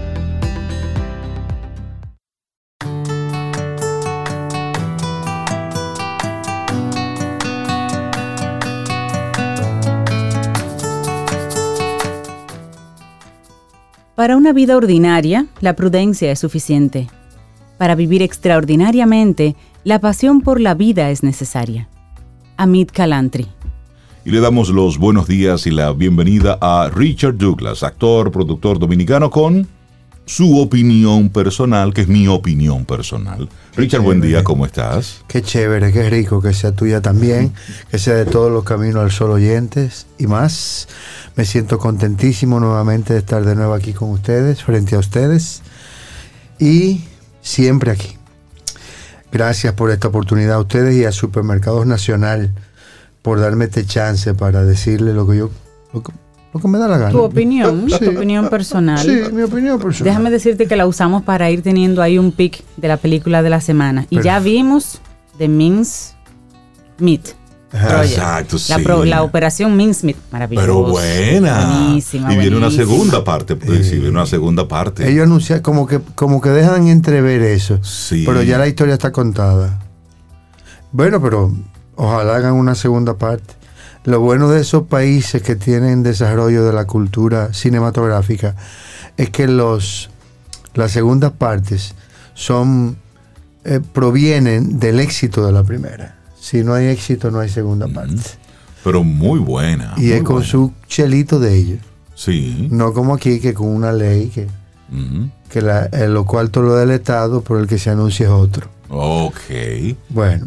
Para una vida ordinaria, la prudencia es suficiente. Para vivir extraordinariamente, la pasión por la vida es necesaria. Amit Kalantri. Y le damos los buenos días y la bienvenida a Richard Douglas, actor, productor dominicano, con su opinión personal, que es mi opinión personal. Qué Richard, chévere. Buen día, ¿cómo estás? Qué chévere, qué rico que sea tuya también, que sea de todos los Caminos al Sol oyentes y más. Me siento contentísimo nuevamente de estar de nuevo aquí con ustedes, frente a ustedes y siempre aquí. Gracias por esta oportunidad a ustedes y a Supermercados Nacional por darme este chance para decirle lo que yo lo que, lo que me da la gana. Tu opinión, sí. Tu opinión personal. Sí, mi opinión personal. Déjame decirte que la usamos para ir teniendo ahí un pick de la película de la semana. Y Perfecto. Ya vimos The Mince Meat. Exacto, la, sí. pro, la operación Mincemeat, maravillosa. Pero buena. Buenísima. Y viene buenísima. una segunda parte, pues, sí, viene una segunda parte. Ellos anuncian como que, como que dejan entrever eso. Sí. Pero ya la historia está contada. Bueno, pero ojalá hagan una segunda parte. Lo bueno de esos países que tienen desarrollo de la cultura cinematográfica es que los las segundas partes son eh, provienen del éxito de la primera. Si no hay éxito, no hay segunda mm. parte. Pero muy buena. Y muy es con buena. su chelito de ellos. Sí. No como aquí, que con una ley que, Mm. que la, en los cuartos lo del Estado, por el que se anuncia es otro. Ok. Bueno,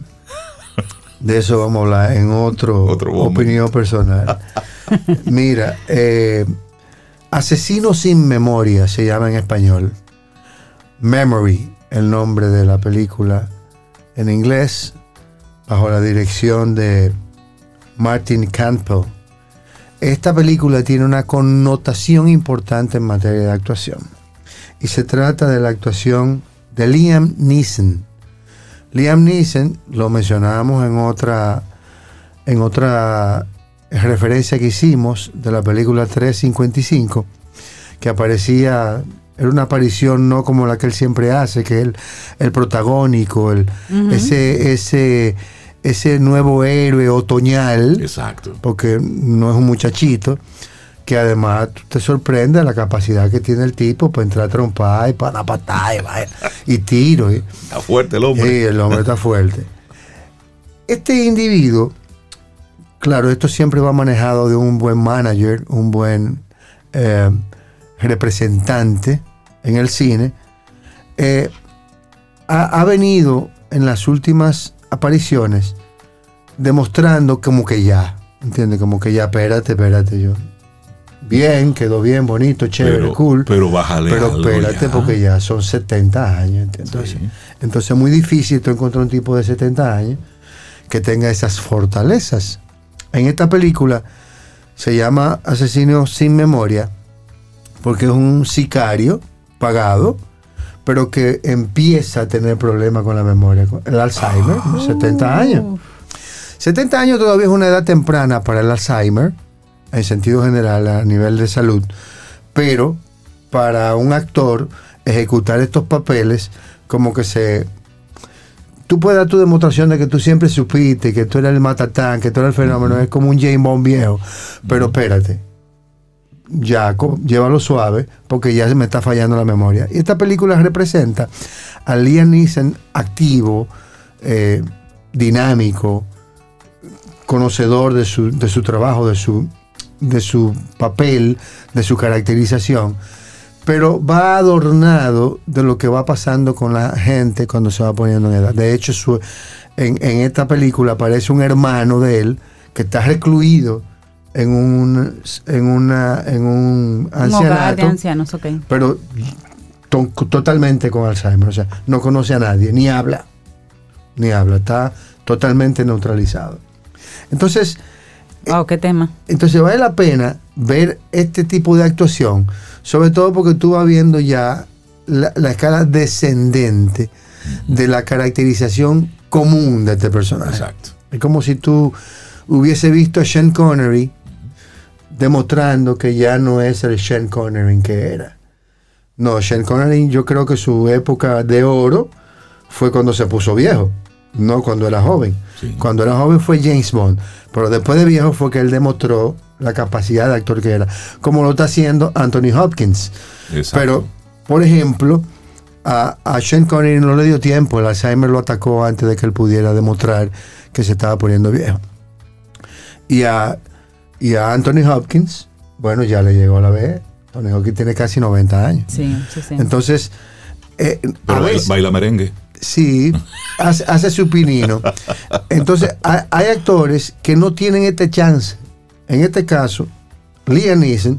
de eso vamos a hablar en otro, Otro opinión personal. Mira, eh, Asesino sin memoria se llama en español. Memory, el nombre de la película en inglés, bajo la dirección de Martin Campbell. Esta película tiene una connotación importante en materia de actuación. Y se trata de la actuación de Liam Neeson. Liam Neeson, lo mencionábamos en otra, en otra referencia que hicimos de la película trescientos cincuenta y cinco, que aparecía, era una aparición no como la que él siempre hace, que es el, el protagónico, el, uh-huh. ese, ese, ese nuevo héroe otoñal. Exacto. Porque no es un muchachito, que además te sorprende la capacidad que tiene el tipo para entrar a trompar y para patar y, y tiro. Y, está fuerte el hombre. Sí, el hombre está fuerte. Este individuo, claro, esto siempre va manejado de un buen manager, un buen eh, representante en el cine. Eh, ha, ha venido en las últimas apariciones demostrando como que ya, ¿entiendes? Como que ya, espérate, espérate, yo. Bien, quedó bien, bonito, chévere, pero, cool. Pero bájale Pero algo espérate, ya. porque ya son setenta años. Entonces, sí. entonces es muy difícil tú encontrar un tipo de setenta años que tenga esas fortalezas. En esta película se llama Asesino sin memoria porque es un sicario pagado, pero que empieza a tener problemas con la memoria, el Alzheimer, oh. setenta años. setenta años todavía es una edad temprana para el Alzheimer, en sentido general, a nivel de salud, pero para un actor ejecutar estos papeles, como que se... Tú puedes dar tu demostración de que tú siempre supiste, que tú eres el matatán, que tú eres el fenómeno, uh-huh. es como un James Bond viejo, pero uh-huh. espérate, ya, llévalo suave, porque ya se me está fallando la memoria. Y esta película representa a Liam Neeson activo, eh, dinámico, conocedor de su, de su trabajo, de su... de su papel, de su caracterización, pero va adornado de lo que va pasando con la gente cuando se va poniendo en edad. De hecho, su, en, en esta película aparece un hermano de él que está recluido en un en una en un ancianato, un hogar de ancianos, okay. pero to, totalmente con Alzheimer, o sea, no conoce a nadie, ni habla, ni habla, está totalmente neutralizado. Entonces, wow, qué tema. Entonces vale la pena ver este tipo de actuación, sobre todo porque tú vas viendo ya la, la escala descendente de la caracterización común de este personaje. Exacto. Es como si tú hubiese visto a Sean Connery demostrando que ya no es el Sean Connery que era. No, Sean Connery, yo creo que su época de oro fue cuando se puso viejo, no cuando era joven. Sí. Cuando era joven fue James Bond, pero después de viejo fue que él demostró la capacidad de actor que era, como lo está haciendo Anthony Hopkins. Exacto. Pero, por ejemplo, a, a Sean Connery no le dio tiempo, el Alzheimer lo atacó antes de que él pudiera demostrar que se estaba poniendo viejo. Y a, y a Anthony Hopkins, bueno, ya le llegó la vez. Anthony Hopkins tiene casi noventa años. Sí, sí, sí. Entonces, eh, pero baila, veces, baila merengue. Sí, hace, hace su pinino. Entonces, hay, hay actores que no tienen este chance. En este caso, Liam Neeson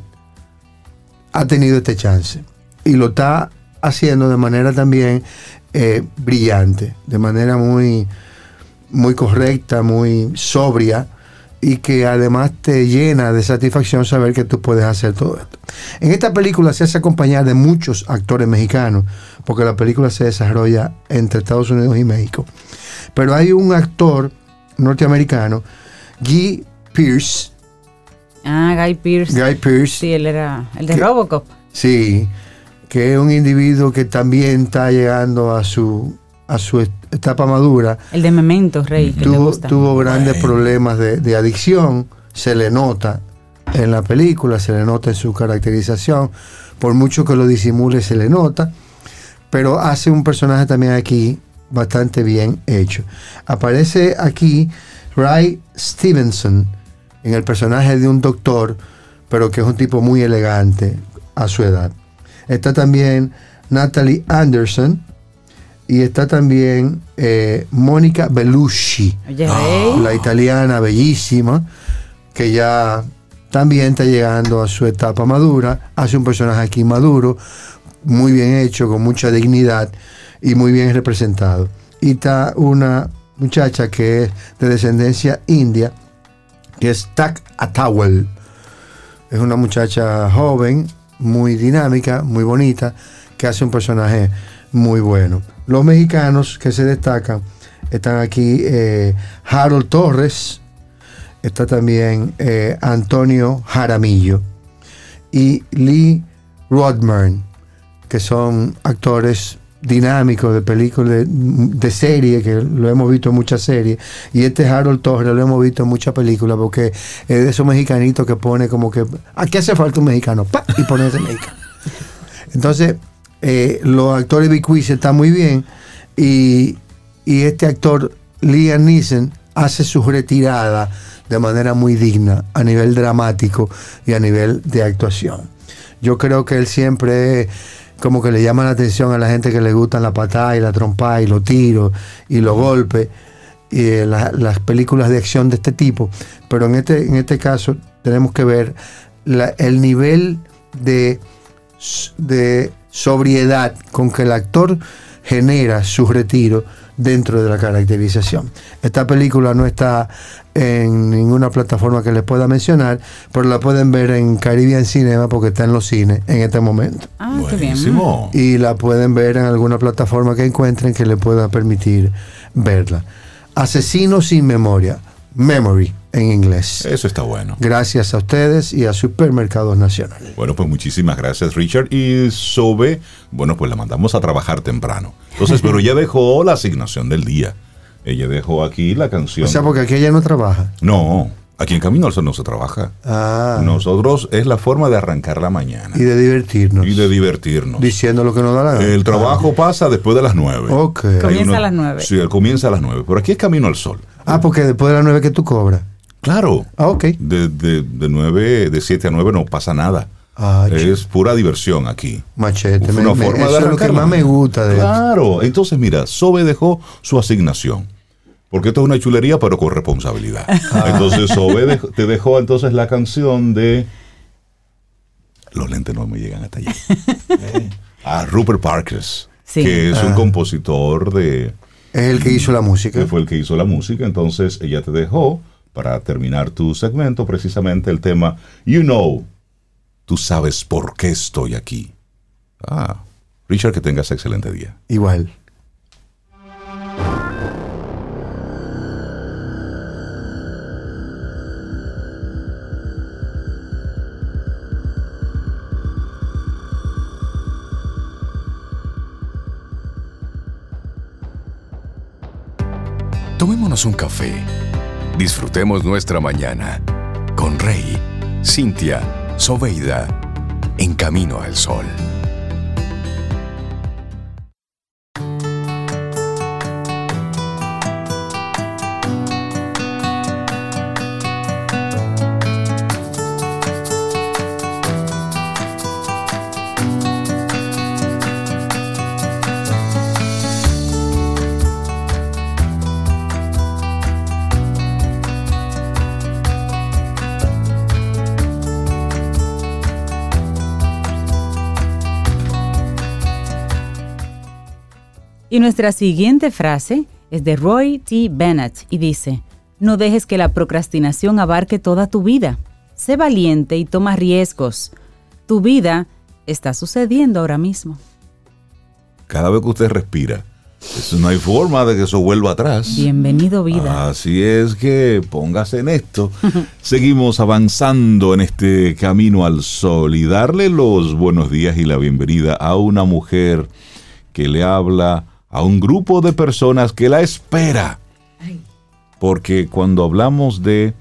ha tenido este chance y lo está haciendo de manera también eh, brillante, de manera muy, muy correcta, muy sobria, y que además te llena de satisfacción saber que tú puedes hacer todo esto. En esta película se hace acompañar de muchos actores mexicanos, porque la película se desarrolla entre Estados Unidos y México. Pero hay un actor norteamericano, Guy Pearce. Ah, Guy Pearce. Guy Pearce. Sí, él era el de que, Robocop. Sí, que es un individuo que también está llegando a su a su etapa madura. El de Memento, Rey, que tuvo, te gusta. Tuvo grandes bueno. problemas de, de adicción, se le nota en la película, se le nota en su caracterización, por mucho que lo disimule se le nota, pero hace un personaje también aquí bastante bien hecho. Aparece aquí Ray Stevenson en el personaje de un doctor, pero que es un tipo muy elegante a su edad. Está también Natalie Anderson y está también eh, Mónica Bellucci, Oh. la italiana bellísima, que ya también está llegando a su etapa madura. Hace un personaje aquí maduro, muy bien hecho, con mucha dignidad y muy bien representado. Y está una muchacha que es de descendencia india, que es Tak Atawal. Es una muchacha joven, muy dinámica, muy bonita, que hace un personaje muy bueno. Los mexicanos que se destacan están aquí eh, Harold Torres, está también eh, Antonio Jaramillo y Lee Rodman, que son actores dinámicos de películas, de, de serie, que lo hemos visto en muchas series, y este Harold Torres lo hemos visto en muchas películas, porque es de esos mexicanitos que pone como que, aquí hace falta un mexicano, ¡pa! Y pone ese mexicano. Entonces, eh, los actores bicuices están muy bien, y, y este actor, Liam Neeson, hace su retirada de manera muy digna, a nivel dramático y a nivel de actuación. Yo creo que él siempre como que le llama la atención a la gente que le gustan la patada y la trompada y los tiros y los golpes y eh, la, las películas de acción de este tipo, pero en este, en este caso tenemos que ver la, el nivel de, de sobriedad con que el actor genera su retiro dentro de la caracterización. Esta película no está en ninguna plataforma que les pueda mencionar, pero la pueden ver en Caribbean Cinema porque está en los cines en este momento. Ah, qué Buenísimo. bien. Y la pueden ver en alguna plataforma que encuentren que le pueda permitir verla. Asesino sin memoria, Memory en inglés. Eso está bueno. Gracias a ustedes y a Supermercados Nacional. Bueno, pues muchísimas gracias, Richard. Y Sobe, bueno, pues la mandamos a trabajar temprano. Entonces, pero ella dejó la asignación del día. Ella dejó aquí la canción. O sea, porque aquí ella no trabaja. No, aquí en Camino al Sol no se trabaja. Ah. Nosotros es la forma de arrancar la mañana. Y de divertirnos. Y de divertirnos. Diciendo lo que nos da la gana. El trabajo pasa después de las nueve. Ok. Hay Comienza uno- a las nueve. Sí, él comienza a las nueve. Pero aquí es Camino al Sol. Ah, porque después de las nueve que tú cobras. Claro. Ah, ok. De, de, de nueve, de siete a nueve no pasa nada. Ah, Es pura diversión aquí. Machete. Fue me- una me- forma de eso es lo que arrancar la más me mañana. gusta de esto. Claro. Entonces, mira, Sobe dejó su asignación. Porque esto es una chulería, pero con responsabilidad. Entonces, Sobe dej- te dejó entonces la canción de... Los lentes no me llegan hasta allá. Eh, A Rupert Parkes, Sí. que es un Ah. compositor de... Es el que hizo la música. que fue el que hizo la música. Entonces, ella te dejó, para terminar tu segmento, precisamente el tema You Know, tú sabes por qué estoy aquí. Ah, Richard, que tengas excelente día. Igual. Tomémonos un café. Disfrutemos nuestra mañana con Rey, Cintia, Soveida, en Camino al Sol. Y nuestra siguiente frase es de Roy T. Bennett y dice: no dejes que la procrastinación abarque toda tu vida. Sé valiente y toma riesgos. Tu vida está sucediendo ahora mismo. Cada vez que usted respira, eso no hay forma de que eso vuelva atrás. Bienvenido, vida. Así es que póngase en esto. Seguimos avanzando en este Camino al Sol y darle los buenos días y la bienvenida a una mujer que le habla a un grupo de personas que la espera. Porque cuando hablamos de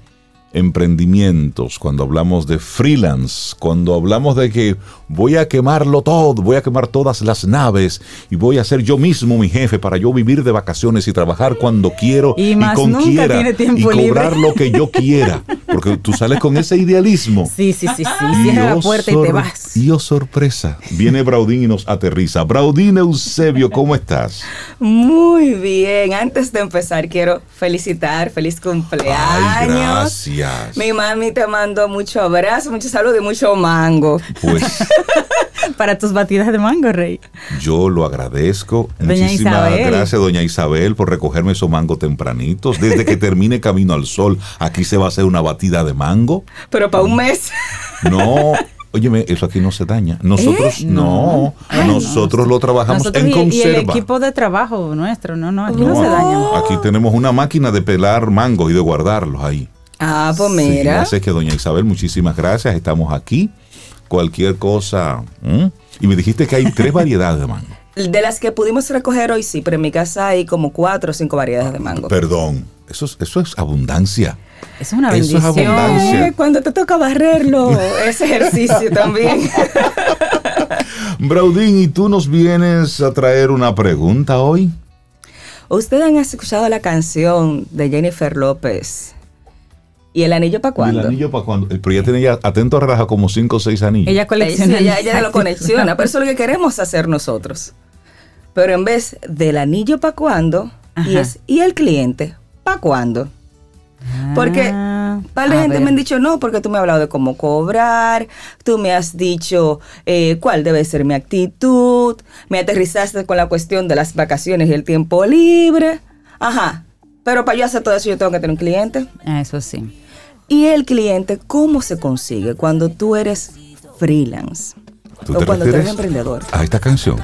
emprendimientos, cuando hablamos de freelance, cuando hablamos de que voy a quemarlo todo, voy a quemar todas las naves y voy a ser yo mismo mi jefe para yo vivir de vacaciones y trabajar cuando quiero y, y más con nunca quiera tiene tiempo y cobrar libre. lo que yo quiera, porque tú sales con ese idealismo. Sí, sí, sí, sí. Cierra la puerta y te vas. Y oh, sorpresa, viene Braudín y nos aterriza. Braudín Eusebio, ¿cómo estás? Muy bien. Antes de empezar, quiero felicitar, feliz cumpleaños. Ay, gracias. Mi mami te mandó mucho abrazo, mucho salud y mucho mango. Pues para tus batidas de mango, Rey. Yo lo agradezco. Doña Muchísimas Isabel. gracias, doña Isabel, por recogerme esos mangos tempranitos. Desde que termine Camino al Sol, aquí se va a hacer una batida de mango. Pero para un mes. No, óyeme, eso aquí no se daña. Nosotros ¿Eh? no, Ay, nosotros no. lo trabajamos Nosotros en y, conserva. y el equipo de trabajo nuestro, no, no, aquí no, No, se daña. aquí tenemos una máquina de pelar mangos y de guardarlos ahí. Ah, pues Sí, mira. así que doña Isabel, muchísimas gracias. Estamos aquí. Cualquier cosa. ¿Mm? Y me dijiste que hay tres variedades de mango. De las que pudimos recoger hoy, sí, pero en mi casa hay como cuatro o cinco variedades de mango. Perdón, eso es, eso es abundancia. Es una Eso es bendición. abundancia. Eh, cuando te toca barrerlo, ese ejercicio también. Braudín, ¿y tú nos vienes a traer una pregunta hoy? ¿Ustedes han escuchado la canción de Jennifer López? ¿Y el anillo para cuándo? ¿El anillo para cuándo? Pero ella tiene ya, atento a relaja, como cinco o seis anillos. Ella Eh, colecciona. sí, ella, ella lo conexiona, pero eso es lo que queremos hacer nosotros. Pero en vez del anillo para cuándo, y, Ajá. es, y el cliente, ¿para cuándo? Porque Ah, par de a gente ver. me han dicho no, porque tú me has hablado de cómo cobrar, tú me has dicho eh, cuál debe ser mi actitud, me aterrizaste con la cuestión de las vacaciones y el tiempo libre. Ajá, pero para yo hacer todo eso yo tengo que tener un cliente. Ah, eso sí. Y el cliente, ¿cómo se consigue cuando tú eres freelance? ¿Tú O te cuando tú eres refieres emprendedor. a esta canción?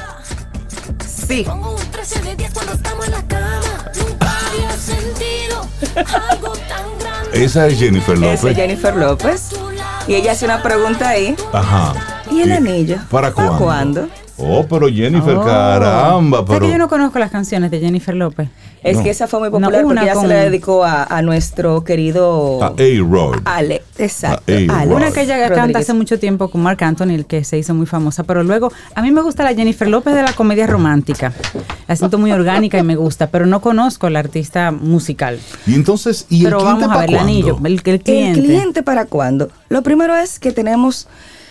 Sí. Pongo un trece de diez cuando estamos en la cama. Nunca había sentido algo tan grande. Esa es Jennifer López. Esa es Jennifer López. Y ella hace una pregunta ahí. Ajá. ¿Y el anillo? ¿Para cuándo? cuándo? Oh, pero Jennifer, Oh. caramba, ¿Sabes pero... que yo no conozco las canciones de Jennifer López? Es No. que esa fue muy No, popular una porque ella con- se la dedicó a, a nuestro querido A A-Rod. Ale. Exacto. A A-Rod. Ale Una que ella canta Rodríguez. hace mucho tiempo con Marc Anthony, el que se hizo muy famosa, pero luego a mí me gusta la Jennifer López de la comedia romántica. La siento muy orgánica y me gusta, pero no conozco al artista musical. Y entonces, ¿y Pero el vamos cliente a para ver, el anillo, cuándo? el, el cliente. ¿El cliente para cuándo? Lo primero es que tenemos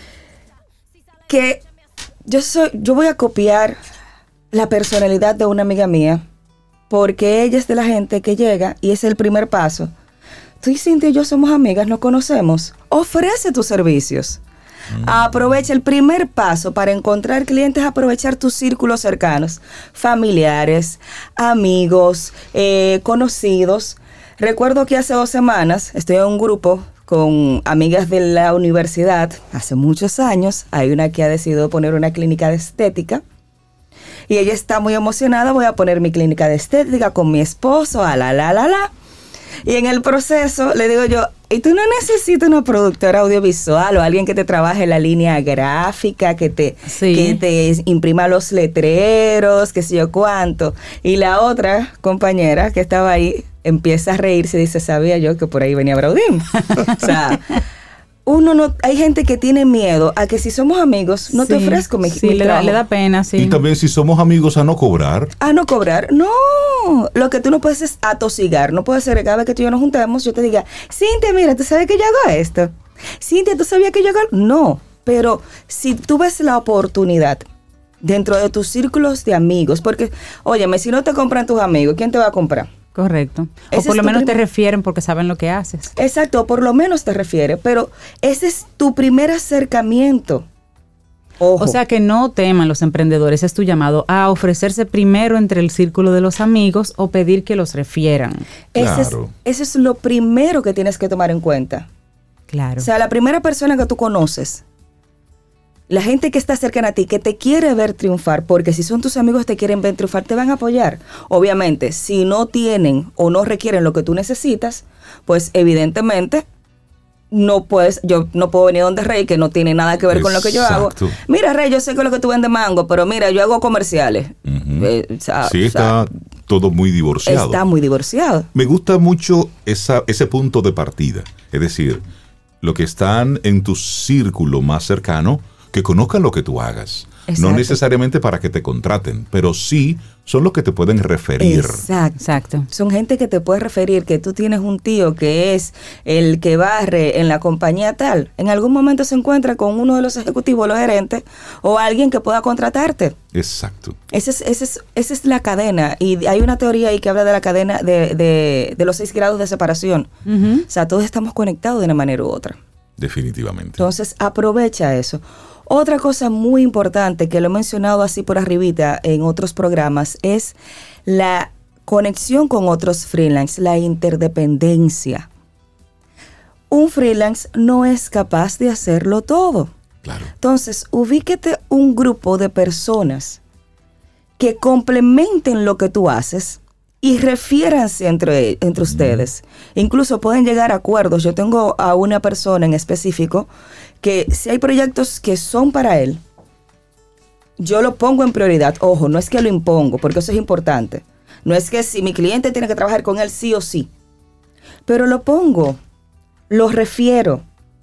que yo soy, yo voy a copiar la personalidad de una amiga mía, porque ella es de la gente que llega y es el primer paso. Tú y Cintia y yo somos amigas, nos conocemos. Ofrece tus servicios. Aprovecha el primer paso para encontrar clientes, aprovechar tus círculos cercanos, familiares, amigos, eh, conocidos. Recuerdo que hace dos semanas estoy en un grupo con amigas de la universidad, hace muchos años. Hay una que ha decidido poner una clínica de estética y ella está muy emocionada. Voy a poner mi clínica de estética con mi esposo, a la, la, la, la. Y en el proceso le digo yo, ¿y tú no necesitas una productora audiovisual o alguien que te trabaje la línea gráfica, que te, Sí. que te imprima los letreros, qué sé yo cuánto? Y la otra compañera que estaba ahí empieza a reírse y dice, sabía yo que por ahí venía Braudín. O sea, uno no, hay gente que tiene miedo a que si somos amigos no te Sí, ofrezco mi, sí, mi le da, trabajo. le da pena, sí. Y también si somos amigos a no cobrar. A no cobrar. No, lo que tú no puedes es atosigar. No puede ser que cada vez que tú y yo nos juntemos, yo te diga, Cintia, mira, ¿tú sabes que yo hago esto? Cintia, ¿tú sabías que yo hago? No, pero si tú ves la oportunidad dentro de tus círculos de amigos, porque, óyeme, si no te compran tus amigos, ¿quién te va a comprar? Correcto. O Ese por es lo tu menos te primer- refieren porque saben lo que haces. Exacto, por lo menos te refiere, pero ese es tu primer acercamiento. Ojo. O sea que no teman los emprendedores, es tu llamado a ofrecerse primero entre el círculo de los amigos o pedir que los refieran. Ese es, Claro. eso es lo primero que tienes que tomar en cuenta. Claro. O sea, la primera persona que tú conoces, la gente que está cercana a ti, que te quiere ver triunfar, porque si son tus amigos te quieren ver triunfar, te van a apoyar. Obviamente, si no tienen o no requieren lo que tú necesitas, pues evidentemente no puedes, yo no puedo venir donde Rey, que no tiene nada que ver con lo que yo hago. Exacto. Mira, Rey, yo sé que lo que tú vendes mango, pero mira, yo hago comerciales. Ujú. Eh, o sea, Sí, o sea, está todo muy divorciado. está muy divorciado. Me gusta mucho esa, ese punto de partida. Es decir, los que están en tu círculo más cercano, que conozcan lo que tú hagas. Exacto. No necesariamente para que te contraten, pero sí son los que te pueden referir. Exacto. Exacto. Son gente que te puede referir que tú tienes un tío que es el que barre en la compañía tal. En algún momento se encuentra con uno de los ejecutivos, los gerentes, o alguien que pueda contratarte. Exacto. Esa es, ese es, esa es la cadena. Y hay una teoría ahí que habla de la cadena de, de, de los seis grados de separación. Ujú. O sea, todos estamos conectados de una manera u otra. Definitivamente. Entonces, aprovecha eso. Otra cosa muy importante que lo he mencionado así por arribita en otros programas es la conexión con otros freelance, la interdependencia. Un freelance no es capaz de hacerlo todo. Claro. Entonces, ubíquete un grupo de personas que complementen lo que tú haces y refiéranse entre, entre ustedes. Incluso pueden llegar a acuerdos. Yo tengo a una persona en específico que si hay proyectos que son para él, yo lo pongo en prioridad. Ojo, no es que lo impongo, porque eso es importante. No es que si mi cliente tiene que trabajar con él sí o sí. Pero lo pongo, lo refiero.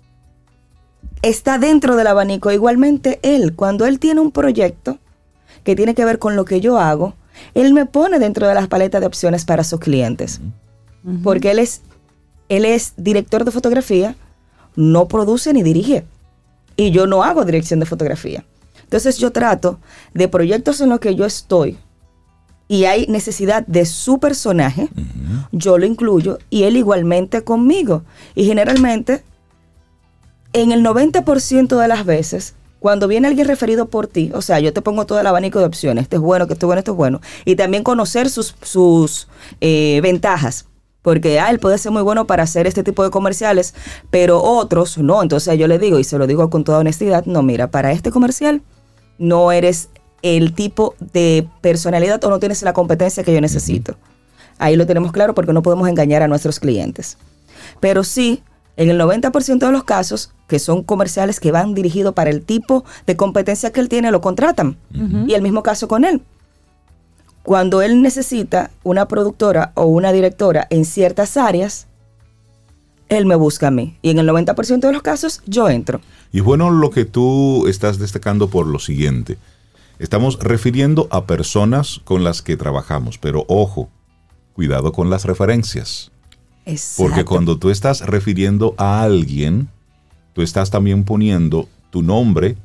Está dentro del abanico. Igualmente él, cuando él tiene un proyecto que tiene que ver con lo que yo hago, él me pone dentro de las paletas de opciones para sus clientes. Uh-huh. Porque él es, él es director de fotografía, no produce ni dirige. Y yo no hago dirección de fotografía. Entonces yo trato de proyectos en los que yo estoy y hay necesidad de su personaje, uh-huh. yo lo incluyo y él igualmente conmigo. Y generalmente, en el noventa por ciento de las veces, cuando viene alguien referido por ti, o sea, yo te pongo todo el abanico de opciones, este es bueno, que este es bueno, este es bueno, y también conocer sus, sus eh, ventajas, porque ah, él puede ser muy bueno para hacer este tipo de comerciales, pero otros no. Entonces yo le digo, y se lo digo con toda honestidad, no, mira, para este comercial no eres el tipo de personalidad o no tienes la competencia que yo necesito. Ahí lo tenemos claro porque no podemos engañar a nuestros clientes. Pero sí, en el noventa por ciento de los casos, que son comerciales que van dirigidos para el tipo de competencia que él tiene, lo contratan. Uh-huh. Y el mismo caso con él. Cuando él necesita una productora o una directora en ciertas áreas, él me busca a mí. Y en el noventa por ciento de los casos, yo entro. Y bueno, lo que tú estás destacando por lo siguiente. Estamos refiriendo a personas con las que trabajamos, pero ojo, cuidado con las referencias. Exacto. Porque cuando tú estás refiriendo a alguien, tú estás también poniendo tu nombre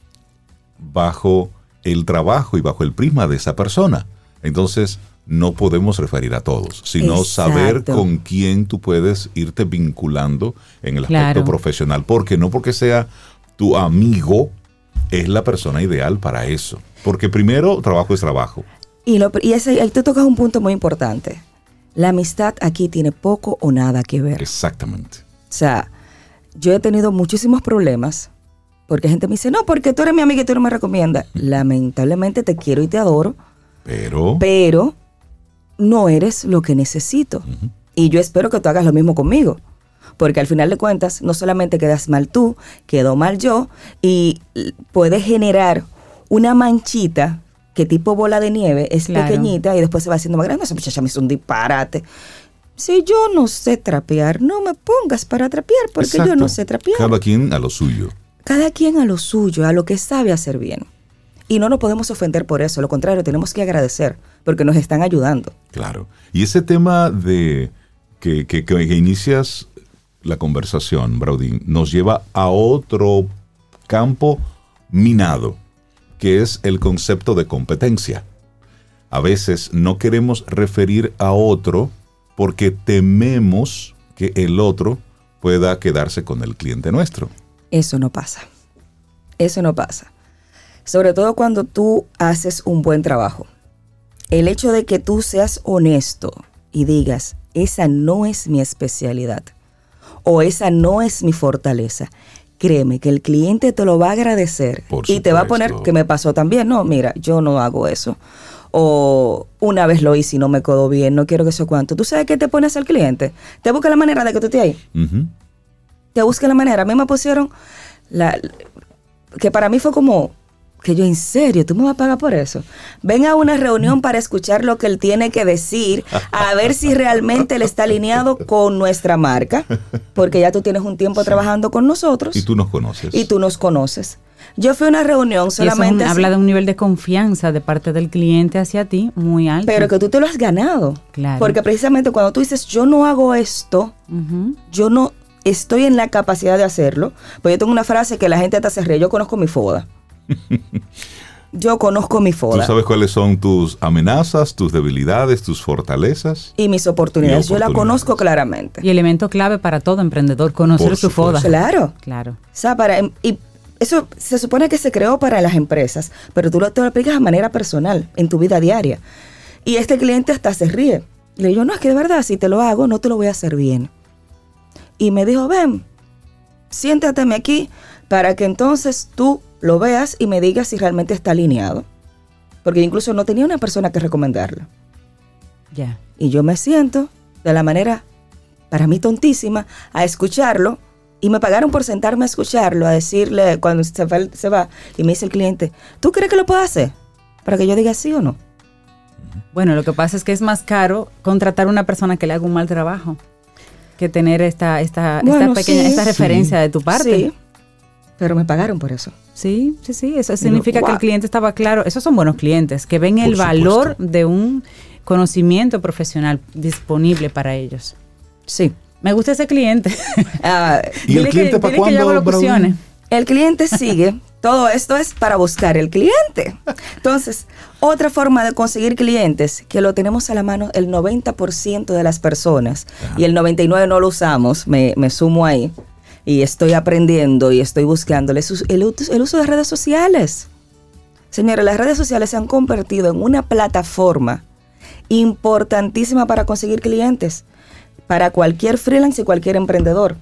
bajo el trabajo y bajo el prisma de esa persona. Entonces, no podemos referir a todos, sino Exacto. saber con quién tú puedes irte vinculando en el aspecto Claro. profesional. Porque no porque sea tu amigo, es la persona ideal para eso. Porque primero, trabajo es trabajo. Y, lo, y ese, ahí tú tocas un punto muy importante. La amistad aquí tiene poco o nada que ver. Exactamente. O sea, yo he tenido muchísimos problemas porque gente me dice, no, porque tú eres mi amiga y tú no me recomiendas. Lamentablemente te quiero y te adoro, Pero... pero no eres lo que necesito. Uh-huh. Y yo espero que tú hagas lo mismo conmigo. Porque al final de cuentas, no solamente quedas mal tú, quedo mal yo, y puede generar una manchita que tipo bola de nieve, es claro. pequeñita y después se va haciendo más grande. Esa muchacha me hizo un disparate. Si yo no sé trapear, no me pongas para trapear, porque Exacto. yo no sé trapear. Cada quien a lo suyo. Cada quien a lo suyo, a lo que sabe hacer bien. Y no nos podemos ofender por eso, lo contrario, tenemos que agradecer, porque nos están ayudando. Claro. Y ese tema de que, que, que inicias la conversación, Braudín, nos lleva a otro campo minado, que es el concepto de competencia. A veces no queremos referir a otro porque tememos que el otro pueda quedarse con el cliente nuestro. Eso no pasa. Eso no pasa. Sobre todo cuando tú haces un buen trabajo. El hecho de que tú seas honesto y digas, esa no es mi especialidad o esa no es mi fortaleza, créeme que el cliente te lo va a agradecer y te va a poner, que me pasó también, no, mira, yo no hago eso. O una vez lo hice y no me quedó bien, no quiero que eso cuánto. ¿Tú sabes qué te pones al cliente? Te busca la manera de que tú estés ahí. Uh-huh. que busquen la manera. A mí me pusieron, la, que para mí fue como, que yo, en serio, ¿tú me vas a pagar por eso? Ven a una reunión para escuchar lo que él tiene que decir, a ver si realmente él está alineado con nuestra marca, porque ya tú tienes un tiempo sí. trabajando con nosotros. Y tú nos conoces. Y tú nos conoces. Yo fui a una reunión solamente... Y eso habla de un nivel de confianza de parte del cliente hacia ti muy alto. Pero que tú te lo has ganado. Claro. Porque precisamente cuando tú dices, yo no hago esto, uh-huh. yo no estoy en la capacidad de hacerlo, pues yo tengo una frase que la gente hasta se ríe, yo conozco mi foda. Yo conozco mi foda. ¿Tú sabes cuáles son tus amenazas, tus debilidades, tus fortalezas? Y mis oportunidades. Yo la conozco claramente. Y elemento clave para todo emprendedor, conocer Por su foda. Claro. Claro. O sea, para... Y eso se supone que se creó para las empresas, pero tú lo, te lo aplicas de manera personal, en tu vida diaria. Y este cliente hasta se ríe. Le digo, no, es que de verdad, si te lo hago, no te lo voy a hacer bien. Y me dijo, ven, siéntateme aquí para que entonces tú lo veas y me digas si realmente está alineado. Porque incluso no tenía una persona que recomendarlo. Ya. Yeah. Y yo me siento de la manera, para mí tontísima, a escucharlo. Y me pagaron por sentarme a escucharlo, a decirle, cuando se va, se va y me dice el cliente, ¿tú crees que lo puedo hacer? Para que yo diga sí o no. Bueno, lo que pasa es que es más caro contratar a una persona que le haga un mal trabajo que tener esta, esta, bueno, esta pequeña, sí, esta referencia sí, de tu parte. Sí, pero me pagaron por eso. Sí, sí, sí. Eso significa wow. que el cliente estaba claro. Esos son buenos clientes, que ven por el supuesto. valor de un conocimiento profesional disponible para ellos. Sí. Me gusta ese cliente. Uh, ¿Y el cliente para cuándo? El cliente sigue. Todo esto es para buscar el cliente. Entonces, otra forma de conseguir clientes, que lo tenemos a la mano el noventa por ciento de las personas, ajá. y el noventa y nueve por ciento no lo usamos, me, me sumo ahí, y estoy aprendiendo y estoy buscándole el, el uso de redes sociales. Señores, las redes sociales se han convertido en una plataforma importantísima para conseguir clientes. Para cualquier freelance y cualquier emprendedor.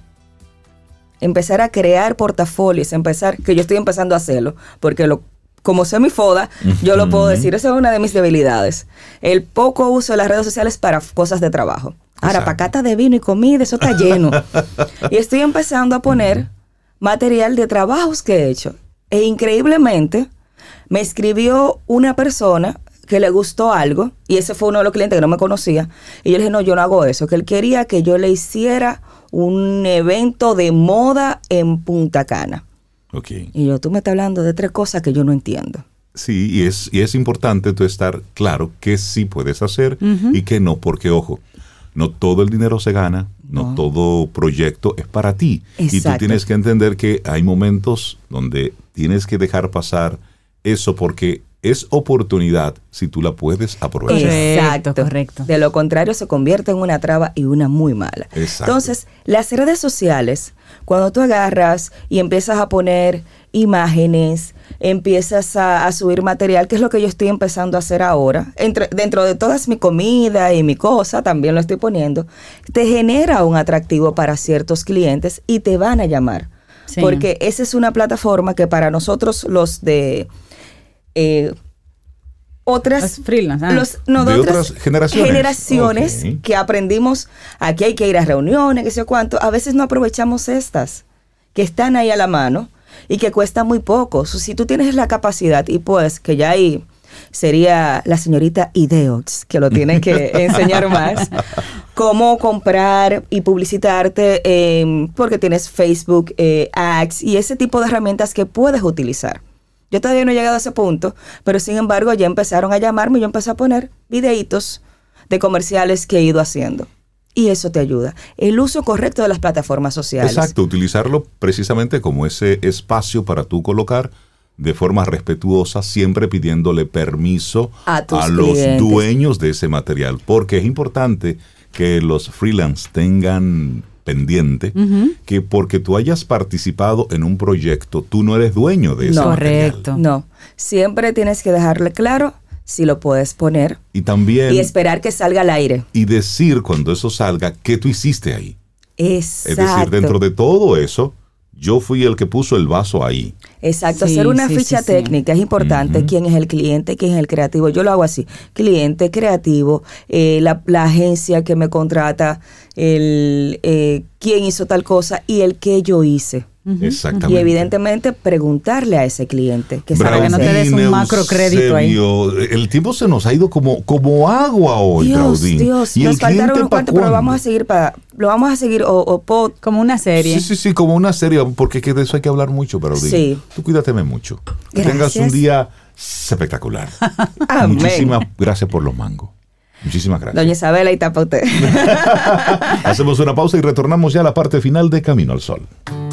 Empezar a crear portafolios, empezar, que yo estoy empezando a hacerlo, porque lo, como sé mi foda, uh-huh. yo lo puedo decir, esa es una de mis debilidades. El poco uso de las redes sociales para cosas de trabajo. Ahora, para cata de vino y comida, eso está lleno. Y estoy empezando a poner uh-huh. material de trabajos que he hecho. E increíblemente, me escribió una persona que le gustó algo, y ese fue uno de los clientes que no me conocía, y yo le dije, no, yo no hago eso, que él quería que yo le hiciera un evento de moda en Punta Cana. Okay. Y yo, tú me estás hablando de tres cosas que yo no entiendo. Sí, y es, y es importante tú estar claro que sí puedes hacer uh-huh. y que no, porque ojo, no todo el dinero se gana, no, no todo proyecto es para ti. Exacto. Y tú tienes que entender que hay momentos donde tienes que dejar pasar eso porque es oportunidad si tú la puedes aprovechar. Exacto, correcto. De lo contrario se convierte en una traba y una muy mala. Exacto. Entonces, las redes sociales, cuando tú agarras y empiezas a poner imágenes, empiezas a, a subir material, que es lo que yo estoy empezando a hacer ahora, entre, dentro de todas mi comida y mi cosa, también lo estoy poniendo, te genera un atractivo para ciertos clientes y te van a llamar. Sí. Porque esa es una plataforma que para nosotros los de... Eh, otras los freelance, ah. los, no, de, de otras, otras generaciones, generaciones okay. que aprendimos, aquí hay que ir a reuniones, que sé cuánto, a veces no aprovechamos estas que están ahí a la mano y que cuestan muy poco. Si tú tienes la capacidad, y pues que ya ahí sería la señorita Ideox que lo tiene que enseñar más, cómo comprar y publicitarte, eh, porque tienes Facebook, eh, Ads y ese tipo de herramientas que puedes utilizar. Yo todavía no he llegado a ese punto, pero sin embargo ya empezaron a llamarme y yo empecé a poner videitos de comerciales que he ido haciendo. Y eso te ayuda. El uso correcto de las plataformas sociales. Exacto, utilizarlo precisamente como ese espacio para tú colocar de forma respetuosa, siempre pidiéndole permiso a, a los dueños de ese material. Porque es importante que los freelance tengan pendiente uh-huh. que porque tú hayas participado en un proyecto, tú no eres dueño de ese no, material. Correcto. No, siempre tienes que dejarle claro si lo puedes poner y también y esperar que salga al aire. Y decir cuando eso salga qué tú hiciste ahí. Exacto. Es decir, dentro de todo eso, yo fui el que puso el vaso ahí. Exacto, Sí, hacer una sí, ficha sí, sí. técnica es importante. Ujú. ¿Quién es el cliente? ¿Quién es el creativo? Yo lo hago así. Cliente, creativo, eh, la, la agencia que me contrata, el eh, quién hizo tal cosa y el que yo hice. Exactamente. Y evidentemente preguntarle a ese cliente que Para sabe que no te hacer. des un Braudín, macrocrédito ahí. Eusebio, el tiempo se nos ha ido como, como agua hoy, Dios, Braudín. Dios, ¿Y nos el faltaron cliente unos pa' cuantos, pero lo vamos a cuándo? seguir para, lo vamos a seguir o, o po- Como una serie. Sí, sí, sí, como una serie, porque que de eso hay que hablar mucho, Braudín. Sí. Tú cuídateme mucho. Que Gracias. tengas un día espectacular. Amén. Muchísimas gracias por los mangos. Muchísimas gracias. Doña Isabela y tapa usted. Hacemos una pausa y retornamos ya a la parte final de Camino al Sol.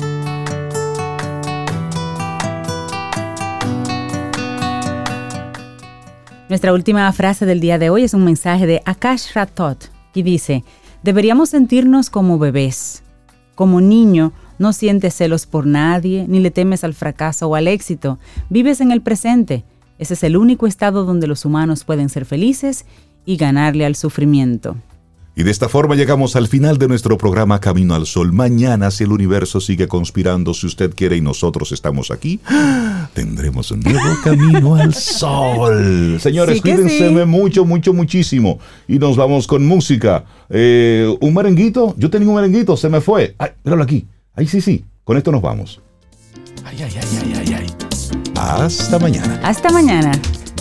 Nuestra última frase del día de hoy es un mensaje de Akash Ratot y dice, deberíamos sentirnos como bebés. Como niño, no sientes celos por nadie, ni le temes al fracaso o al éxito. Vives en el presente. Ese es el único estado donde los humanos pueden ser felices y ganarle al sufrimiento. Y de esta forma llegamos al final de nuestro programa Camino al Sol. Mañana, si el universo sigue conspirando, si usted quiere y nosotros estamos aquí, tendremos un nuevo Camino al Sol. Señores, Sí que cuídense sí. mucho, mucho, muchísimo. Y nos vamos con música. Eh, un merenguito, yo tenía un merenguito, se me fue. Ay, míralo aquí. Ay, sí, sí. Con esto nos vamos. Ay, ay, ay, ay, ay, ay. Hasta mañana. Hasta mañana.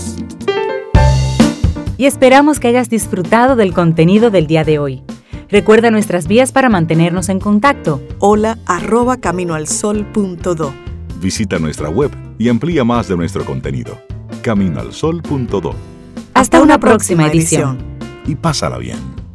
Y esperamos que hayas disfrutado del contenido del día de hoy. Recuerda nuestras vías para mantenernos en contacto. Hola arroba caminoalsol punto do. Visita nuestra web y amplía más de nuestro contenido. camino al sol punto do. Hasta una próxima edición. Y pásala bien.